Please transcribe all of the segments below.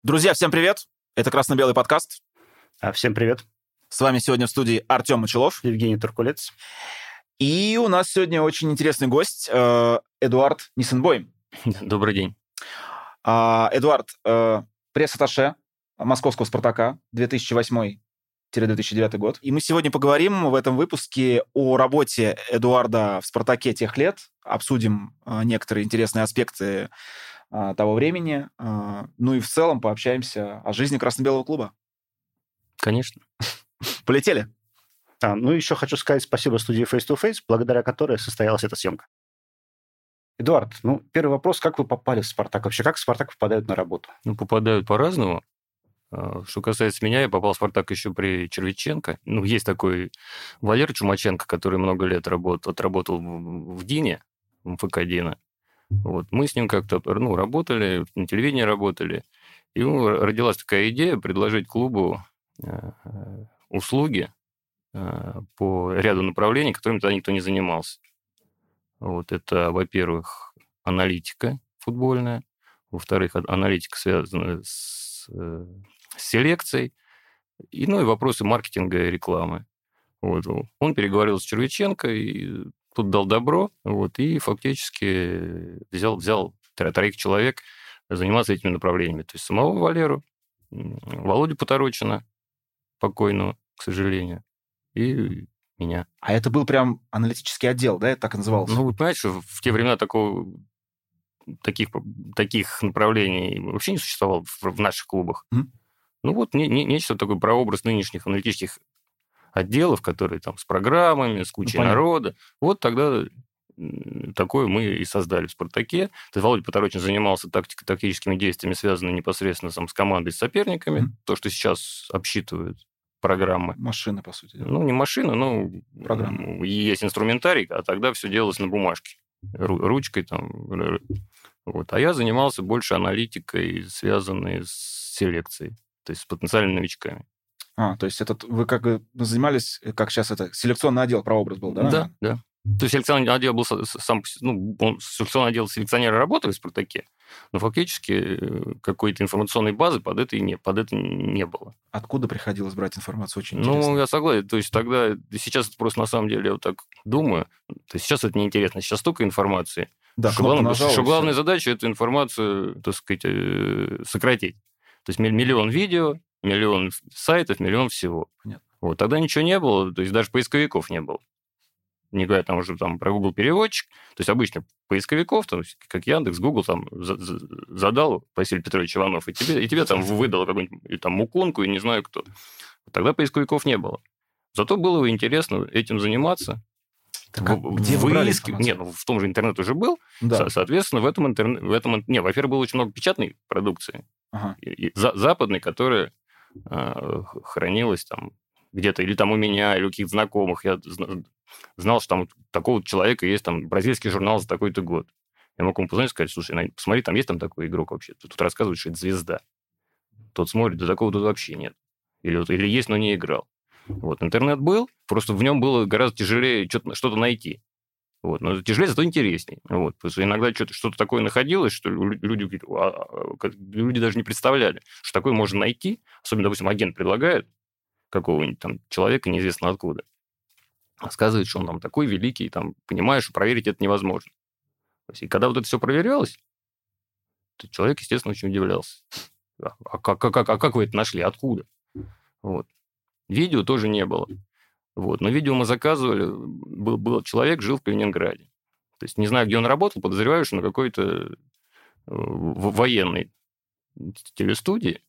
Друзья, всем привет! Это «Красно-белый подкаст». Всем привет. С вами сегодня в студии Артем Мочелов. Евгений Туркулец. И у нас сегодня очень интересный гость Эдуард Ниссенбойм. Добрый день. Эдуард, пресс-атташе московского «Спартака» 2008-2009 год. И мы сегодня поговорим в этом выпуске о работе Эдуарда в «Спартаке» тех лет, обсудим некоторые интересные аспекты того времени, ну и в целом пообщаемся о жизни красно-белого клуба. Конечно. Полетели. Еще хочу сказать спасибо студии Face to Face, благодаря которой состоялась эта съемка. Эдуард, первый вопрос, как вы попали в «Спартак»? Вообще, как в «Спартак» попадают на работу? Попадают по-разному. Что касается меня, я попал в «Спартак» еще при Червиченко. Есть такой Валера Чумаченко, который много лет отработал в ДИНе, в МФК ДИНа. Мы с ним как-то работали, на телевидении работали. И родилась такая идея предложить клубу услуги по ряду направлений, которыми тогда никто не занимался. Это, во-первых, аналитика футбольная, во-вторых, аналитика, связанная с селекцией, и вопросы маркетинга и рекламы. Он переговорил с Червиченко, и тут дал добро, и фактически взял троих человек заниматься этими направлениями. То есть самого Валеру, Володю Поторочина, покойного, к сожалению, и меня. А это был прям аналитический отдел, да, это так и назывался? Вы понимаете, что в те времена таких направлений вообще не существовало в наших клубах. Нечто такое прообраз нынешних аналитических отделов, которые там с программами, с кучей народа. Тогда такое мы и создали в «Спартаке». То есть Володя Поторочин занимался тактическими действиями, связанными непосредственно с командой, с соперниками. То, что сейчас обсчитывают программы. Машины, по сути. Не машины, но программы. Есть инструментарий, а тогда все делалось на бумажке. Ручкой там. А я занимался больше аналитикой, связанной с селекцией. То есть с потенциальными новичками. То есть вы как бы занимались, как сейчас селекционный отдел прообраз был, да? Да. То есть селекционный отдел был селекционный отдел селекционеры работали в «Спартаке», но фактически какой-то информационной базы под это не было. Откуда приходилось брать информацию? Очень интересно. Я согласен. То есть тогда, сейчас это просто на самом деле, я так думаю, то есть сейчас это неинтересно. Сейчас столько информации. Да, что главная задача эту информацию, так сказать, сократить. То есть миллион видео, миллион сайтов, миллион всего. Понятно. Тогда ничего не было, то есть даже поисковиков не было. Не говоря там уже про Google переводчик. То есть обычно поисковиков, как Яндекс, Google, задал Василий Петрович Иванов, и тебе там выдал какую-нибудь мукунку, и не знаю кто. Тогда поисковиков не было. Зато было интересно этим заниматься. Где вы брали информацию? В том же интернет уже был. Да. Соответственно, во-первых, было очень много печатной продукции. Ага. Западной, которая хранилась там где-то, или там у меня, или у каких-то знакомых. Я знал, что там такого человека есть там бразильский журнал за такой-то год. Я мог ему позвонить и сказать: слушай, посмотри, там есть там такой игрок вообще. Тут рассказывают, что это звезда. Тот смотрит, да такого тут вообще нет. Или есть, но не играл. Интернет был, просто в нем было гораздо тяжелее что-то найти. Но тяжелее, зато интересней. Потому что иногда что-то такое находилось, что люди даже не представляли, что такое можно найти. Особенно, допустим, агент предлагает какого-нибудь там человека, неизвестно откуда. Сказывает, что он там такой великий, там, понимаешь, что проверить это невозможно. И когда это все проверялось, то человек, естественно, очень удивлялся. А как вы это нашли? Откуда? Видео тоже не было. Но видео мы заказывали. Был человек, жил в Калининграде. То есть не знаю, где он работал, подозреваю, что на какой-то военной телестудии.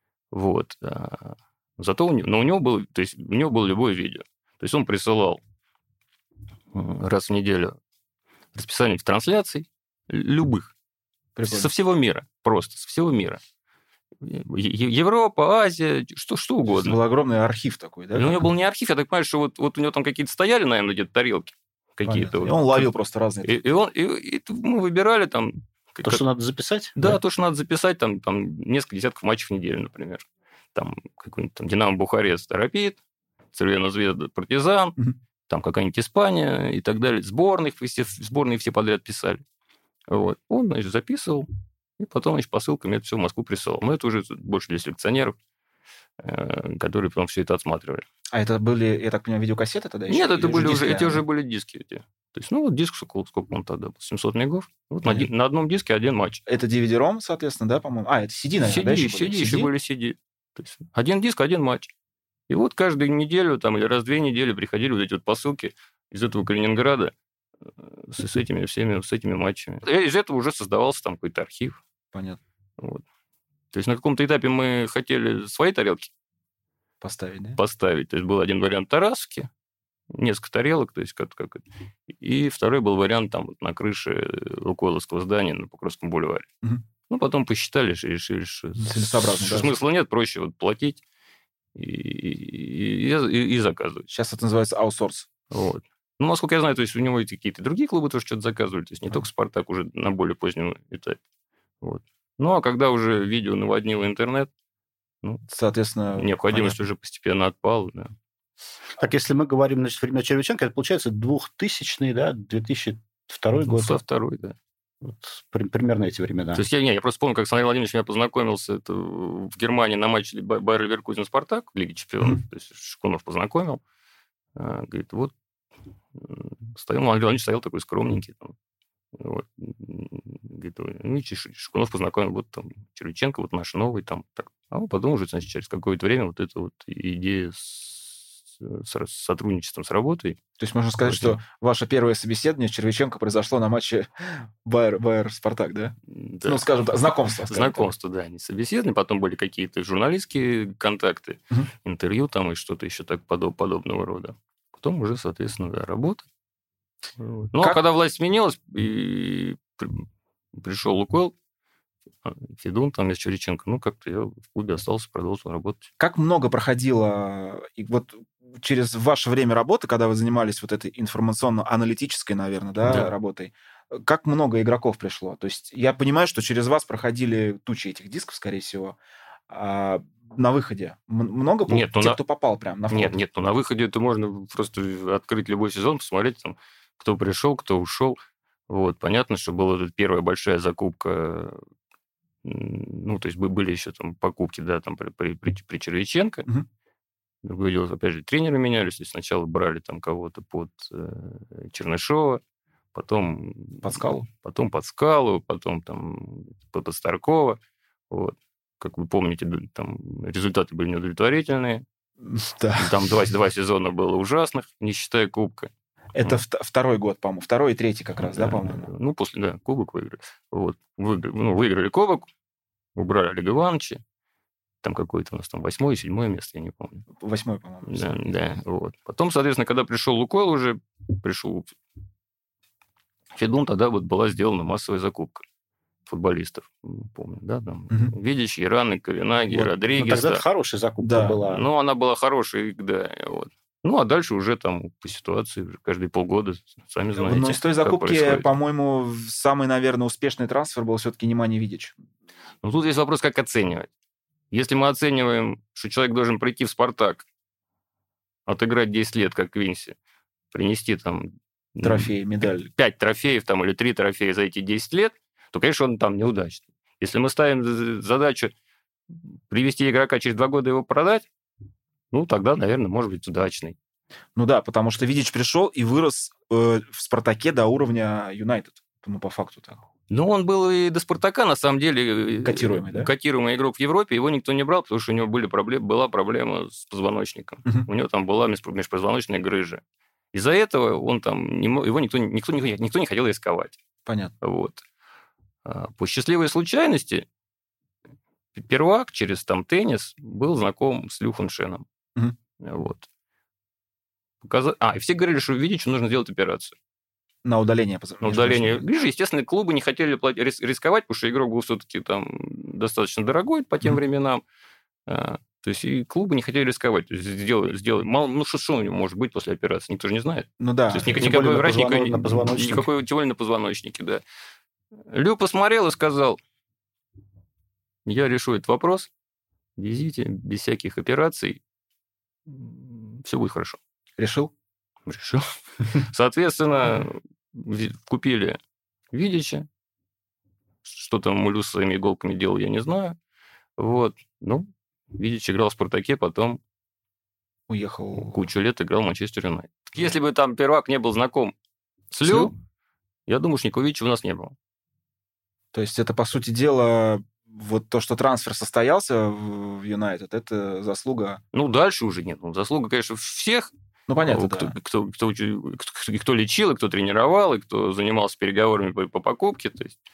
Зато у него было любое видео. То есть он присылал раз в неделю расписание трансляций любых. Прикольно. Со всего мира. Просто со всего мира. Европа, Азия, что угодно. Был огромный архив такой, да? У него был не архив, я так понимаю, что у него там какие-то стояли, наверное, где-то тарелки. Какие-то. И он ловил просто разные. И мы выбирали там... То, что надо записать? Да, то, что надо записать, там несколько десятков матчей в неделю, например. Там какой-нибудь «Динамо Бухарест», «Рапид», «Цервена Звезда», «Партизан», там какая-нибудь Испания и так далее. Сборные все подряд писали. Он, значит, записывал, И потом, значит, посылками это все в Москву присылал. Но это уже больше для селекционеров, которые потом все это отсматривали. А это были, я так понимаю, видеокассеты тогда еще? Нет, это Или были уже, диски, эти уже были диски эти. То есть, ну, вот диск, сколько он тогда был, 700 мегов. Вот на одном диске один матч. Это DVD-ROM, соответственно, да, по-моему? А, это CD, наверное, да, еще были CD. То есть, один диск, один матч. И вот каждую неделю там, или раз в 2 недели приходили вот эти вот посылки из этого Калининграда с этими матчами. И из этого уже создавался там какой-то архив. Понятно. Вот. То есть на каком-то этапе мы хотели свои тарелки поставить, да? Поставить. То есть был один вариант Тарасовки, несколько тарелок, то есть как и второй был вариант там вот на крыше Лукойловского здания на Покровском бульваре. Угу. Ну, потом посчитали, решили, что смысла нет, проще вот платить и заказывать. Сейчас это называется аутсорс. Вот. Ну, насколько я знаю, то есть у него и какие-то другие клубы тоже что-то заказывали, то есть не только «Спартак», уже на более позднем этапе. Вот. Ну, а когда уже видео наводнило интернет, ну, соответственно, необходимость уже постепенно отпала, да. Так, если мы говорим, значит, времена Червяченко, это получается 2000-й, да, 2002 год? 2002, да. Вот, примерно эти времена. То есть я просто помню, как с Андреем Владимировичем я познакомился в Германии на матче Байер Ливеркузен-Спартак в Лиге Чемпионов. То есть Шкунов познакомил. Говорит, вот Андрей Владимирович стоял такой скромненький. Там, вот. Говорит, ну, Шкунов познакомил, вот там Червяченко, вот наш новый. Там, так. А потом уже, значит, через какое-то время вот эта вот идея с сотрудничеством с работой. То есть можно сказать, что ваше первое собеседование с Червяченко произошло на матче Байер-Спартак, да? Да? Ну, скажем так, знакомство. Знакомство, да, не собеседование. Потом были какие-то журналистские контакты, интервью там и что-то еще так подобного рода. Потом уже, соответственно, да, работа. Вот. Ну, а когда власть сменилась, и пришел Лукойл, Федун, там есть Червяченко, ну, как-то я в клубе остался, продолжил работать. Как много проходило, и вот через ваше время работы, когда вы занимались вот этой информационно-аналитической, наверное, да, работой, как много игроков пришло? То есть я понимаю, что через вас проходили тучи этих дисков, скорее всего, а на выходе много было тех, кто попал прям на вход? Нет, на выходе это можно просто открыть любой сезон, посмотреть, там, кто пришел, кто ушел. Вот, понятно, что была первая большая закупка. Ну, то есть были еще там покупки, да, там при Червяченко. Другое дело, опять же, тренеры менялись. И сначала брали там кого-то под Чернышова, потом... Под Скалу? Потом под Скалу, потом там под Старкова. Вот. Как вы помните, там результаты были неудовлетворительные. Да. Там два сезона было ужасных, не считая кубка. Это второй год, по-моему. Второй и третий как раз, да, по-моему? Ну, после, да, кубок выиграли. Вот. Выиграли кубок, убрали Олега Ивановича. Там какое-то у нас там 8-е, 7-е место, я не помню. 8-е, по-моему. Да, вот. Потом, соответственно, когда пришел Лукойл уже, пришел Федун, тогда вот была сделана массовая закупка футболистов, помню, да, там Видич, Яраны, Ковенаги, вот. Родригес. Ну, тогда это хорошая закупка была. Ну, она была хорошая, да, вот. Ну, а дальше уже там по ситуации, уже каждые полгода, сами знаете. Но из той закупки, по-моему, самый, наверное, успешный трансфер был все-таки Немanja Vidic. Ну, тут есть вопрос, как оценивать. Если мы оцениваем, что человек должен прийти в «Спартак», отыграть 10 лет, как Квинси, принести там... Трофей, медаль. 5 трофеев там, или 3 трофея за эти 10 лет, то, конечно, он там неудачный. Если мы ставим задачу привести игрока через 2 года его продать, ну, тогда, наверное, может быть удачный. Ну да, потому что Видич пришел и вырос в «Спартаке» до уровня Юнайтед. Ну, по факту так. Ну, он был и до «Спартака», на самом деле. Котируемый, да? Котируемый игрок в Европе. Его никто не брал, потому что у него была проблема с позвоночником. У него там была межпозвоночная грыжа. Из-за этого он там его никто не хотел рисковать. Понятно. Вот. По счастливой случайности Первак через там теннис был знаком с Люхеншеном. Вот. И все говорили, что Видичу нужно сделать операцию. На удаление. На удаление грыжи. Естественно, клубы не хотели рисковать, потому что игрок был все-таки там достаточно дорогой по тем временам. То есть и клубы не хотели рисковать. То есть сделали мало, ну что у него может быть после операции? Никто же не знает. Ну да. То есть никакой врач, никакой теории на позвоночнике, да. Лю посмотрел и сказал: я решу этот вопрос, везите, без всяких операций, все будет хорошо. Решил? Решил. Соответственно, купили Видича, что там Мулю с своими иголками делал, я не знаю. Вот. Ну, видите, играл в «Спартаке», потом Уехал. кучу лет играл в «Манчестер Юнайтед». Если бы там первак не был знаком с Лю, я думаю, что Николича у нас не было. То есть это, по сути дела, вот то, что трансфер состоялся в Юнайтед, это заслуга... Ну, дальше уже нет. Ну, заслуга, конечно, всех. Ну, понятно, кто, да. кто лечил, и кто тренировал, и кто занимался переговорами по покупке. То есть,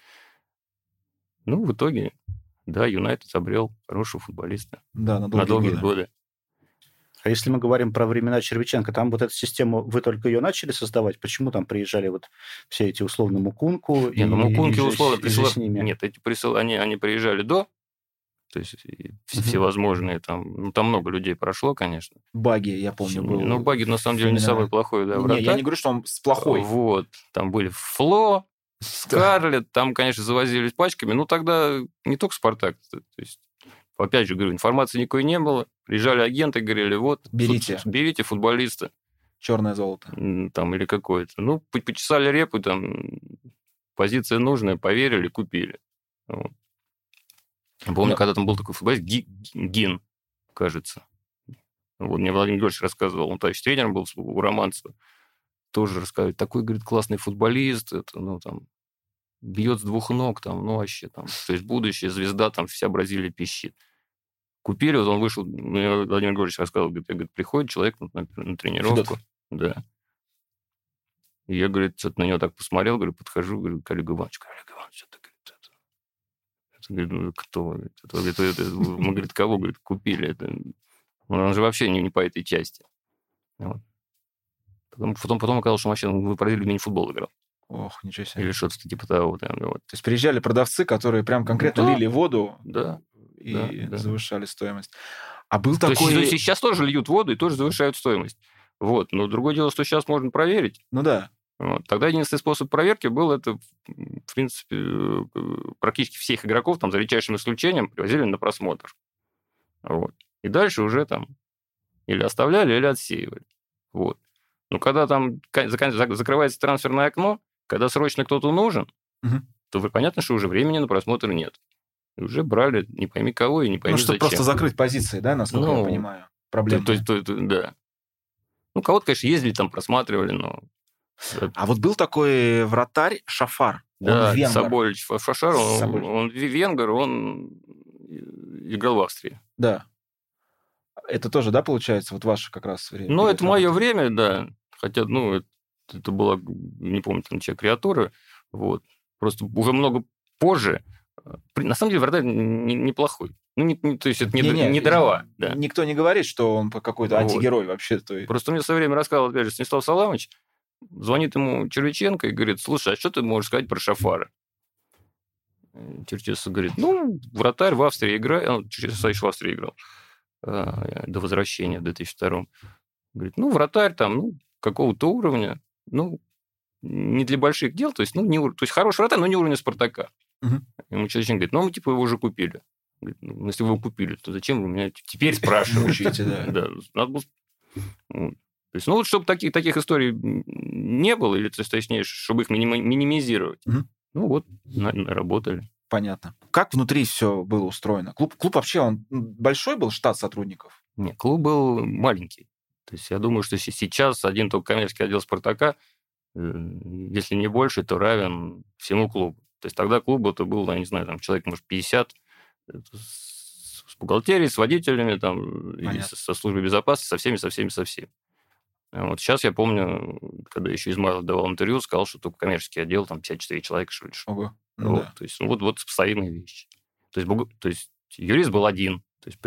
ну, в итоге, да, Юнайтед обрел хорошего футболиста Да, на долгие годы. А если мы говорим про времена Червиченко, там вот эту систему, вы только ее начали создавать? Почему там приезжали вот все эти условно Мукунку Нет, ну, Мукунки условно и присылали... с ними? Нет, они приезжали до, то есть всевозможные там... Ну, там много людей прошло, конечно. Баги, я помню, был. Ну, Баги, на самом деле, не самый плохой, да, вратарь. Не, я не говорю, что он плохой. Вот. Там были Фло, Скарлетт, там, конечно, завозились пачками. Ну, тогда не только «Спартак». То есть, опять же, говорю, информации никакой не было. Приезжали агенты, говорили, вот, берите футболиста. Черное золото. Там, или какое-то. Ну, почесали репу, там, позиция нужная, поверили, купили. Вот. Помню, когда там был такой футболист, Гин, кажется. Вот, мне Владимир Георгиевич рассказывал, он, товарищ тренером был у Романцева. Тоже рассказывает, такой, говорит, классный футболист, это, ну, там, бьет с двух ног, там, ну, вообще, там, то есть будущее, звезда, там, вся Бразилия пищит. Купили, вот он вышел, мне Владимир Георгиевич рассказывал, говорит, приходит человек на тренировку, да. И я, говорит, что-то на него так посмотрел, говорю, подхожу, говорю, Олег Иванович, что-то, говорит, ну, кто? Мы, говорит, кого, говорит, купили? Это... Он же вообще не по этой части. Вот. Потом оказалось, что он вообще в Бразилии мини-футбол играл. Ох, ничего себе. Или что-то типа того. Там, вот. То есть приезжали продавцы, которые прям конкретно лили воду и да. завышали стоимость. А был то такой... есть сейчас тоже льют воду и тоже завышают стоимость. Вот. Но другое дело, что сейчас можно проверить. Ну да. Вот. Тогда единственный способ проверки был, это, в принципе, практически всех игроков, там, за редчайшим исключением, привозили на просмотр. Вот. И дальше уже там или оставляли, или отсеивали. Вот. Но когда там закрывается трансферное окно, когда срочно кто-то нужен, то понятно, что уже времени на просмотр нет. И уже брали не пойми кого и не пойми чтобы зачем. просто закрыть позиции, да, насколько я понимаю? Проблема. Да. Ну, кого-то, конечно, ездили там, просматривали, но... А вот был такой вратарь Шафар. Да, он венгер. Соболевич Шафар, он венгер, он играл в Австрии. Да. Это тоже, да, получается, вот ваше как раз время? Ну, это мое время, да. Хотя, ну, это была, не помню, там, чья креатура. Вот. Просто уже много позже. На самом деле, вратарь неплохой. Ну, то есть, это не дрова. Да. Никто не говорит, что он какой-то антигерой вообще. Просто мне в свое время рассказывал, опять же, Станислав Саламович, звонит ему Червиченко и говорит, слушай, а что ты можешь сказать про Шафара? Черчесов говорит, ну, вратарь в Австрии играет. Он Черчесов в Австрии играл до возвращения в 2002. Говорит, ну, вратарь там, ну, какого-то уровня, ну, не для больших дел, то есть, ну, то есть хороший вратарь, но не уровня «Спартака». Ему Черчесов говорит, ну, мы, типа, его уже купили. Говорит, ну, если вы его купили, то зачем вы меня теперь спрашиваете? Да, надо было... То есть, ну, вот чтобы таких историй не было, или, точнее, чтобы их минимизировать, ну, вот, работали. Понятно. Как внутри все было устроено? Клуб вообще, он большой был, штат сотрудников? Нет, клуб был маленький. То есть, я думаю, что сейчас один только коммерческий отдел «Спартака», если не больше, то равен всему клубу. То есть, тогда клубу-то был, я не знаю, там, человек, может, 50, с бухгалтерией, с водителями, там, и со службой безопасности, со всеми. Вот сейчас я помню, когда еще Измайлов давал интервью, сказал, что только коммерческий отдел, там 54 человека, что ли. Ого. Ну, вот, да. То есть, вот сопоставимые вещи. То есть юрист был один, то есть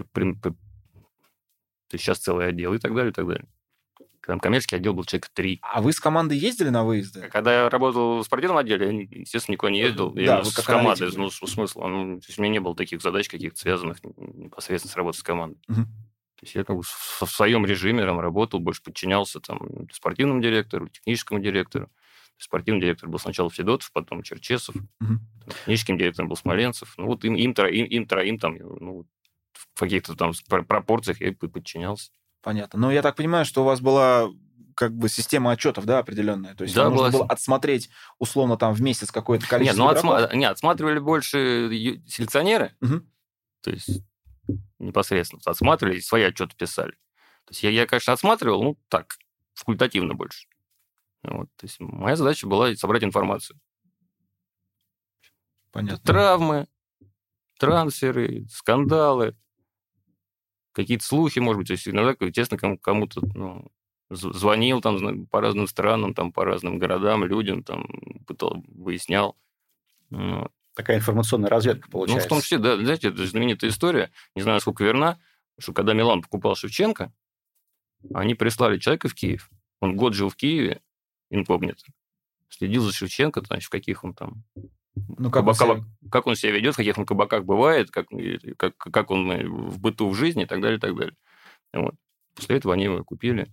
сейчас целый отдел и так далее, и так далее. Там коммерческий отдел был человек 3. А вы с командой ездили на выезды? Когда я работал в спортивном отделе, я, естественно, никуда не ездил. Я с командой, ну, смысл. То есть у меня не было таких задач, каких-то связанных непосредственно с работой с командой. То есть я как бы в своем режиме там работал, больше подчинялся там спортивному директору, техническому директору. Спортивный директор был сначала Федотов, потом Черчесов. Техническим директором был Смоленцев. Ну, вот им троим там, ну, в каких-то там пропорциях я подчинялся. Понятно. Но я так понимаю, что у вас была как бы система отчетов, да, определенная. То есть Да, вам нужно была было отсмотреть, условно, там в месяц какое-то количество Нет, игроков. отсматривали больше селекционеры, Мгм. то есть непосредственно отсматривали и свои отчеты писали. То есть я, конечно, отсматривал, ну, так, факультативно больше. Вот, то есть моя задача была собрать информацию. Понятно. Травмы, трансферы, скандалы, какие-то слухи, может быть. То есть иногда, естественно, кому-то звонил там по разным странам, там, по разным городам, людям, там, выяснял. Вот. Такая информационная разведка получается. Ну, в том числе, да, знаете, это знаменитая история, не знаю, насколько верна, что когда Милан покупал Шевченко, они прислали человека в Киев. Он год жил в Киеве, инкогнито. Следил за Шевченко, значит, в каких он там... Ну, как он себя ведет, в каких он кабаках бывает, как он в быту, в жизни и так далее, и так далее. Вот. После этого они его купили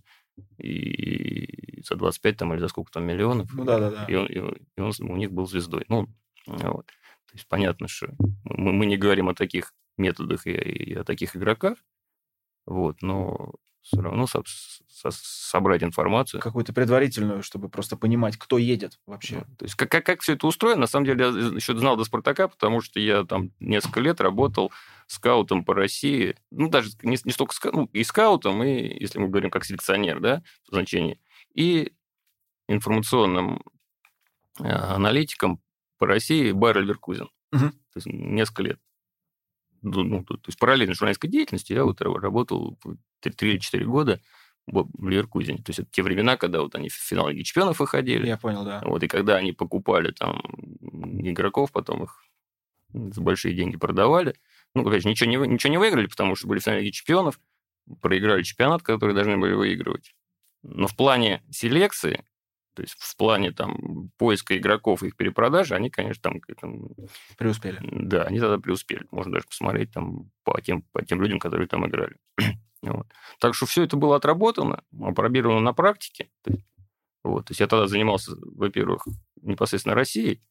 и за 25 там, или за сколько там миллионов. Ну, да. И он у них был звездой. Ну, вот. То есть понятно, что мы не говорим о таких методах и о таких игроках, вот, но все равно собрать информацию. Какую-то предварительную, чтобы просто понимать, кто едет вообще. Ну, то есть как все это устроено, на самом деле, я еще знал до «Спартака», потому что я там несколько лет работал скаутом по России. Ну, даже не столько и скаутом, и, если мы говорим как селекционер, да, в значении, и информационным аналитиком по России Байер Леверкузен. Угу. То есть несколько лет. То есть параллельно журналистской деятельности я вот работал 3 или 4 года в Леверкузене. То есть это те времена, когда вот они в финал Лиги Чемпионов выходили. Я понял, да. Вот, и когда они покупали там игроков, потом их за большие деньги продавали. Ну, опять же, ничего не выиграли, потому что были в финале Лиги Чемпионов, проиграли чемпионат, который должны были выигрывать. Но в плане селекции, то есть в плане там поиска игроков и их перепродажи, они, конечно, там... Преуспели. Да, они тогда преуспели. Можно даже посмотреть там по тем людям, которые там играли. Вот. Так что все это было отработано, опробировано на практике. То есть я тогда занимался, во-первых, непосредственно Россией,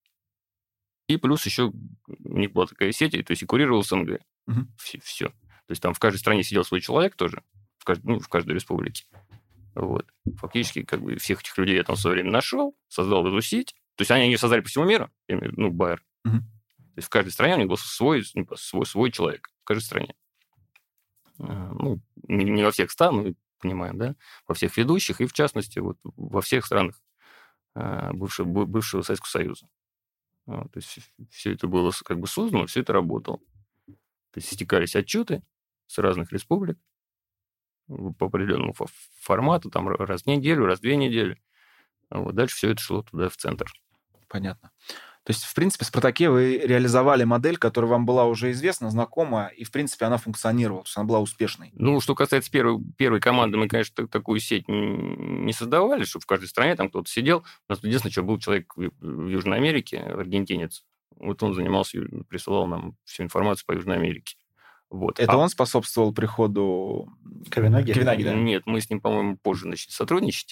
и плюс еще у них была такая сеть, то есть и курировал СНГ. Угу. Все. То есть там в каждой стране сидел свой человек тоже, в каждой республике. Вот. Фактически, как бы, всех этих людей я там в свое время нашел, создал эту сеть. То есть они ее создали по всему миру, Байер. Угу. То есть в каждой стране у них был свой человек. В каждой стране. Ну, не во всех странах, мы понимаем, да, во всех ведущих, и в частности, вот во всех странах бывшего Советского Союза. То есть все это было как бы создано, все это работало. То есть стекались отчеты с разных республик по определенному формату, там раз в неделю, раз в 2 недели. Вот дальше все это шло туда, в центр. Понятно. То есть, в принципе, в «Спартаке» вы реализовали модель, которая вам была уже известна, знакома, и, в принципе, она функционировала, то есть она была успешной. Ну, что касается первой команды, мы, конечно, такую сеть не создавали, чтобы в каждой стране там кто-то сидел. У нас единственное, что был человек в Южной Америке, аргентинец. Вот он занимался, присылал нам всю информацию по Южной Америке. Вот. Это он способствовал приходу Ковенаги? Ковенаги, да? Нет, мы с ним, по-моему, позже начали сотрудничать.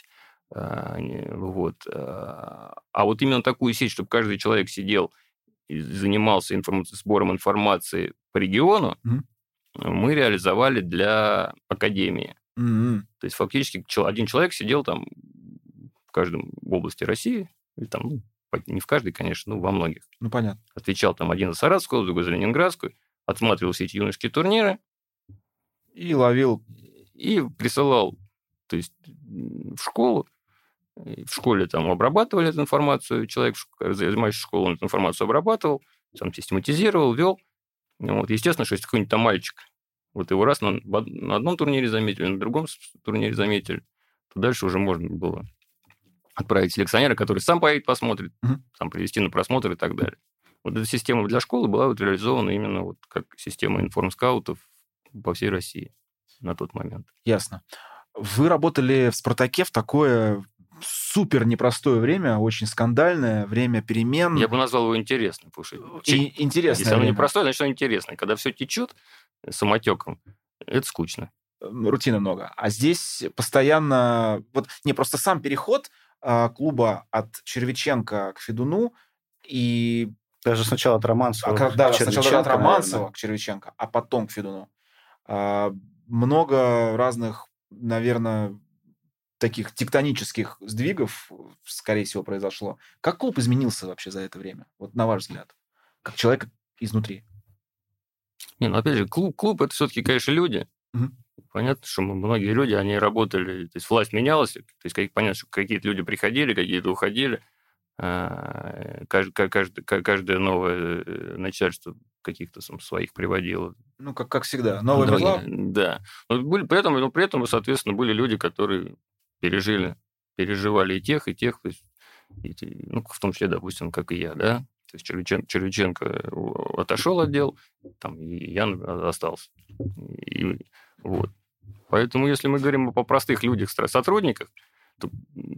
Вот. А вот именно такую сеть, чтобы каждый человек сидел и занимался сбором информации по региону, мы реализовали для академии. То есть фактически один человек сидел там в каждом области России, или там, не в каждой, конечно, но во многих. Ну, понятно. Отвечал там один за Саратовскую, другой за Ленинградскую, отсматривал все эти юношеские турниры. И ловил. И присылал, то есть в школу. В школе там обрабатывали эту информацию, человек, занимающийся школой, он эту информацию обрабатывал, сам систематизировал, вел. Вот. Естественно, что если какой-нибудь там мальчик, вот его раз на одном турнире заметили, на другом турнире заметили, то дальше уже можно было отправить селекционера, который сам поедет, посмотрит, сам привести на просмотр и так далее. Вот эта система для школы была вот реализована именно вот как система информскаутов по всей России на тот момент. Ясно. Вы работали в «Спартаке» в такое супер непростое время, очень скандальное, время перемен. Я бы назвал его интересным, потому что... Интересное Если оно непростое, значит, оно интересное. Когда все течет самотеком, это скучно. Рутины много. А здесь постоянно... Вот, не, просто сам переход клуба от Червиченко к Федуну и... Даже сначала от Романцева сначала от Романцева к Червиченко, а потом к Федуну. Много разных, наверное, таких тектонических сдвигов, скорее всего, произошло. Как клуб изменился вообще за это время? Вот на ваш взгляд. Как человек изнутри. Не, ну опять же, клуб это все-таки, конечно, люди. Мгм. Понятно, что многие люди, они работали, то есть власть менялась, то есть понятно, что какие-то люди приходили, какие-то уходили. Каждое новое начальство каких-то своих приводило. Ну, как всегда. Новый Мирлав? Да. Но при этом, соответственно, были люди, которые переживали и тех, то есть, в том числе, допустим, как и я, да. То есть Червиченко отошел от дел, там, и я остался. И вот. Поэтому, если мы говорим о простых людях, сотрудниках, то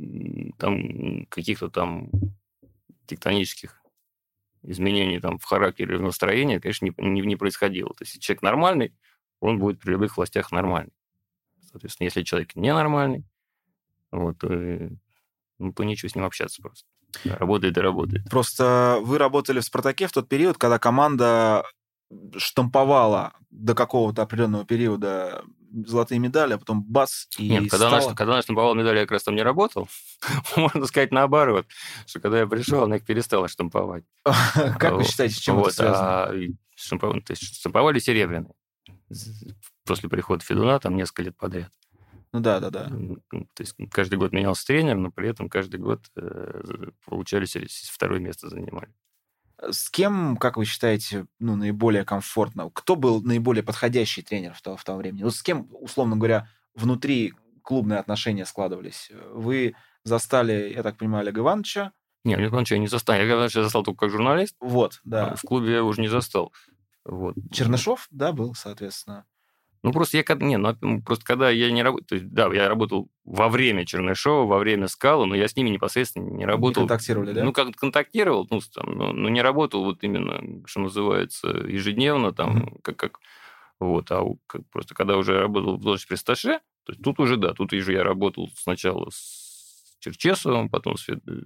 там каких-то там тектонических изменений там в характере или в настроении, конечно, не происходило. То есть, если человек нормальный, он будет при любых властях нормальный. Соответственно, если человек ненормальный, вот, то нечего с ним общаться просто. Работает и работает. Просто вы работали в «Спартаке» в тот период, когда команда штамповала до какого-то определенного периода золотые медали, а потом бац, и Нет, когда она штамповала медали, я как раз там не работал. Можно сказать наоборот, что когда я пришел, она их перестала штамповать. Как вы считаете, с чем это связано? То есть штамповали серебряные. После прихода Федуна там несколько лет подряд. Ну да. То есть каждый год менялся тренер, но при этом каждый год получали второе место занимали. С кем, как вы считаете, наиболее комфортно? Кто был наиболее подходящий тренер в то время? Вот с кем, условно говоря, внутри клубные отношения складывались? Вы застали, я так понимаю, Олега Ивановича? Нет, Олега Ивановича я не застал. Олега Ивановича я застал только как журналист. Вот, да. В клубе я уже не застал. Вот. Чернышов, да, был, соответственно. Просто когда я не работал, то есть, да, я работал во время Чернышова, во время Скала, но я с ними непосредственно не работал. Не контактировали, да? Как контактировал, но не работал вот именно, что называется, ежедневно, там, вот, просто когда уже работал в должности пресс-атташе, то есть тут уже, да, тут уже я работал сначала с Черчесовым, потом с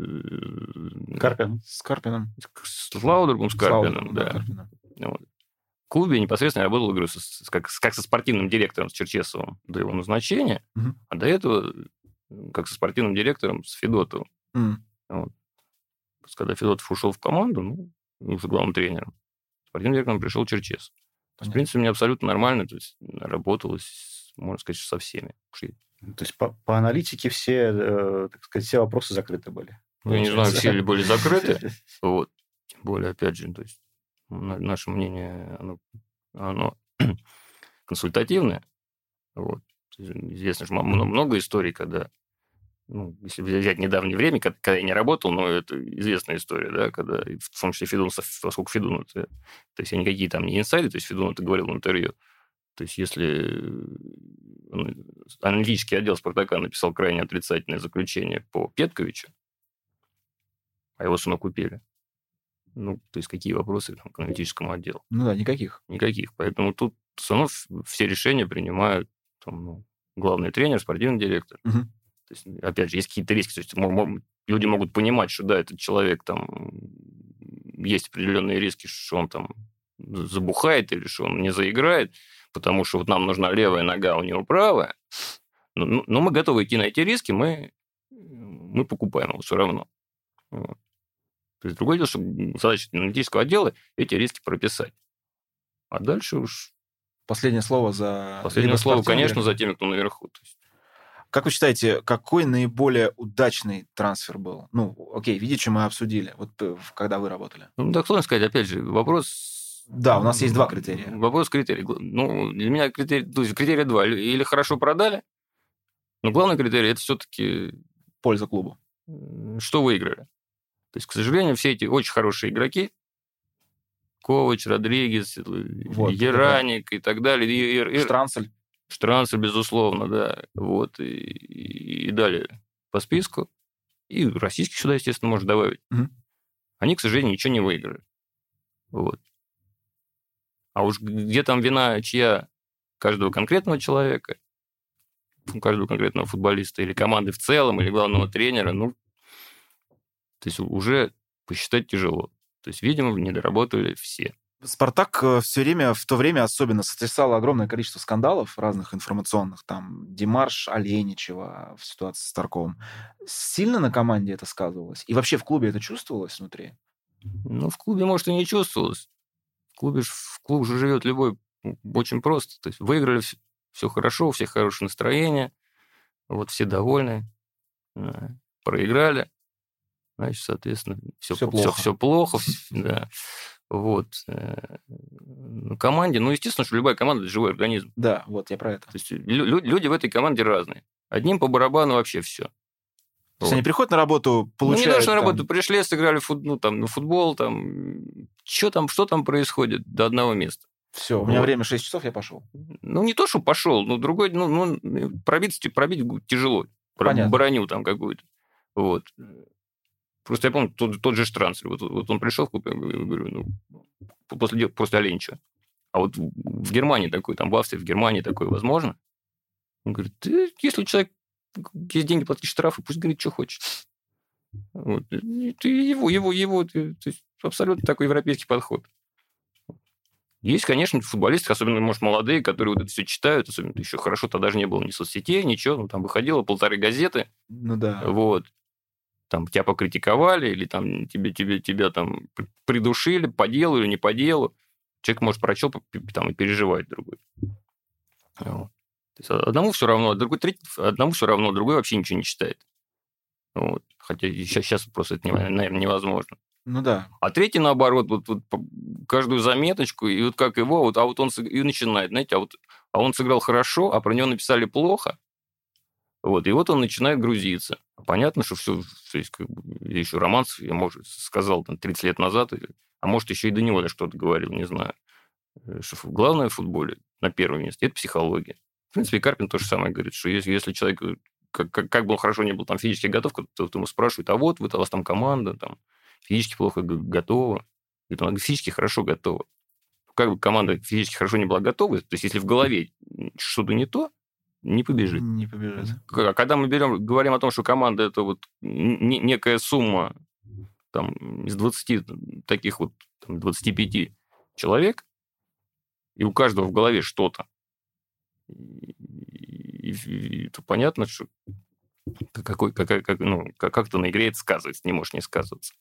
Карпином. С Лаудергом, с Карпином, да. Вот. В клубе непосредственно я работал, говорю, как со спортивным директором с Черчесовым до его назначения, а до этого как со спортивным директором с Федотовым. Вот. Когда Федотов ушел в команду, уже главным тренером, спортивным директором пришел Черчесов. В принципе, мне абсолютно нормально, то есть работалось, можно сказать, со всеми. То есть по аналитике все, так сказать, все вопросы закрыты были? Я не знаю, все ли были закрыты. Вот. Тем более, опять же, то есть наше мнение, оно консультативное. Вот. Известно, что много историй, когда, если взять недавнее время, когда я не работал, но это известная история, да, когда, в том числе Федун, поскольку Федун, то есть никакие там не инсайды, то есть Федун это говорил в интервью, то есть если аналитический отдел «Спартака» написал крайне отрицательное заключение по Петковичу, а его самокупили, то есть какие вопросы к аналитическому отделу? Никаких. Никаких. Поэтому тут все равно все решения принимают главный тренер, спортивный директор. Угу. То есть, опять же, есть какие-то риски. То есть люди могут понимать, что да, этот человек там есть определенные риски, что он там забухает или что он не заиграет, потому что вот нам нужна левая нога, у него правая. Но мы готовы идти на эти риски, мы покупаем его все равно. Вот. То есть другое дело, что задача аналитического отдела эти риски прописать. А дальше уж... Последнее слово, конечно, за теми, кто наверху. То есть. Как вы считаете, какой наиболее удачный трансфер был? Окей, Видича мы обсудили, вот когда вы работали. Так сложно сказать, опять же, вопрос... Да, у нас есть два критерия. Вопрос критерий. Для меня критерия два. Или хорошо продали, но главный критерий – это все-таки... Польза клубу. Что выиграли. То есть, к сожалению, все эти очень хорошие игроки, Ковач, Родригес, Ераник и так далее. Штранцель, безусловно, да. Вот. И далее по списку. И российских сюда, естественно, можно добавить. Угу. Они, к сожалению, ничего не выиграли. Вот. А уж где там вина чья каждого конкретного человека, каждого конкретного футболиста или команды в целом, или главного тренера, то есть уже посчитать тяжело. То есть, видимо, не доработали все. «Спартак» все время, в то время особенно сотрясало огромное количество скандалов разных информационных. Там демарш Аленичева в ситуации с Тарковым. Сильно на команде это сказывалось? И вообще в клубе это чувствовалось внутри? Ну, в клубе, может, и не чувствовалось. В клуб же живет любой очень просто. То есть выиграли, все хорошо, у всех хорошее настроение, вот все довольны. Проиграли, значит, соответственно, все плохо, да. Вот. На команде, естественно, что любая команда – это живой организм. Да, вот я про это. То есть люди в этой команде разные. Одним по барабану вообще все. То есть они приходят на работу, получают... не то, что на работу пришли, сыграли на футбол, что там происходит до одного места. Все, у меня время 6 часов, я пошел. Не то, что пошел, но другой, пробить тяжело. Понятно. Броню там какую-то. Вот. Просто я помню, тот же Штранцель. Вот он пришел в клуб, я говорю, после Оленичева. А вот в Германии такой, там в Австрии, в Германии такое возможно? Он говорит, если человек есть деньги платить штрафы, пусть говорит, что хочет. Вот. Ты его, то есть абсолютно такой европейский подход. Есть, конечно, футболисты, особенно, может, молодые, которые вот это все читают, особенно еще хорошо, тогда даже не было ни соцсетей, ничего, там выходило 1,5 газеты. Ну да. Вот. Там тебя покритиковали, или там тебя там придушили по делу или не по делу. Человек, может, прочел там, и переживает другой. Вот. То есть одному все равно, одному все равно, другой вообще ничего не читает. Вот. Хотя сейчас просто это, наверное, невозможно. Ну да. А третий, наоборот, вот каждую заметочку, и вот как его, вот он и начинает, знаете, он сыграл хорошо, а про него написали плохо, вот, и вот он начинает грузиться. Понятно, что все есть, еще Романцев, я, может, сказал там 30 лет назад, а может, еще и до него я что-то говорил, не знаю, что главное в футболе на первом месте – это психология. В принципе, и Карпин то же самое говорит, что если человек, как бы он хорошо не был там физически готов, то ему спрашивают, а вот у вас там команда, там, физически плохо готова, говорит, она физически хорошо готова. Как бы команда физически хорошо не была готова, то есть если в голове что-то не то, не побежит. Не побежит. А когда мы говорим о том, что команда – это вот некая сумма там, из 20 таких вот, там, 25 человек, и у каждого в голове что-то, то понятно, что как-то на игре это сказывается, не может не сказываться.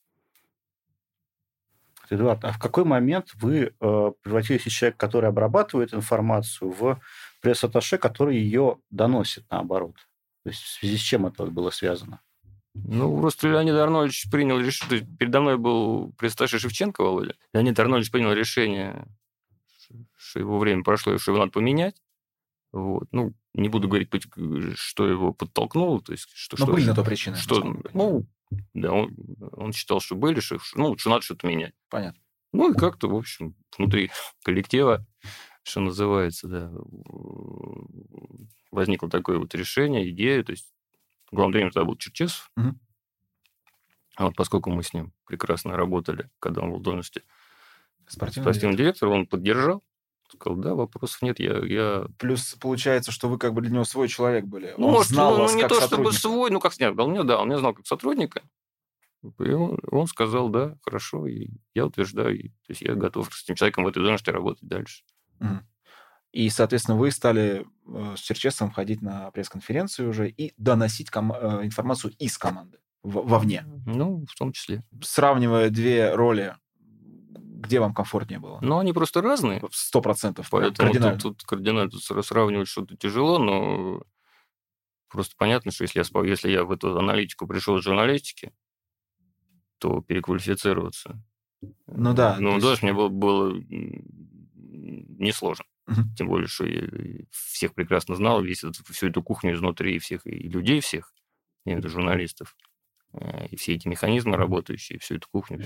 Эдуард, а в какой момент вы превратились из человека, который обрабатывает информацию, в пресс-атташе, который ее доносит наоборот? То есть в связи с чем это было связано? Просто Леонид Арнольдович принял решение... Передо мной был пресс-атташе Шевченко Володя. Леонид Арнольдович принял решение, что его время прошло, и что его надо поменять. Вот. Не буду говорить, что его подтолкнуло. То есть, Но были на то причины. Да, он считал, что были, что надо что-то менять. Понятно. И как-то, в общем, внутри коллектива, что называется, да, возникло такое вот решение, идея. То есть главным тренером тогда был Черчесов. Угу. А вот поскольку мы с ним прекрасно работали, когда он был в должности спортивным директором, он поддержал. Сказал, да, вопросов нет, я... Плюс получается, что вы как бы для него свой человек были. Он знал вас не как то сотрудника. Чтобы свой, как снят. Он меня знал как сотрудника. И он сказал, да, хорошо, и я утверждаю. То есть я готов с этим человеком в этой должности работать дальше. И, соответственно, вы стали с Черчесовым ходить на пресс-конференцию уже и доносить информацию из команды вовне. В том числе. Сравнивая две роли, где вам комфортнее было? Они просто разные. 100%. Поэтому кардинально. Тут кардинально сравнивать что-то тяжело, но просто понятно, что если я в эту аналитику пришел из журналистики, то переквалифицироваться... Да. Мне было несложно. Тем более, что я всех прекрасно знал, всю эту кухню изнутри, всех, и людей всех, и журналистов, и все эти механизмы работающие, всю эту кухню.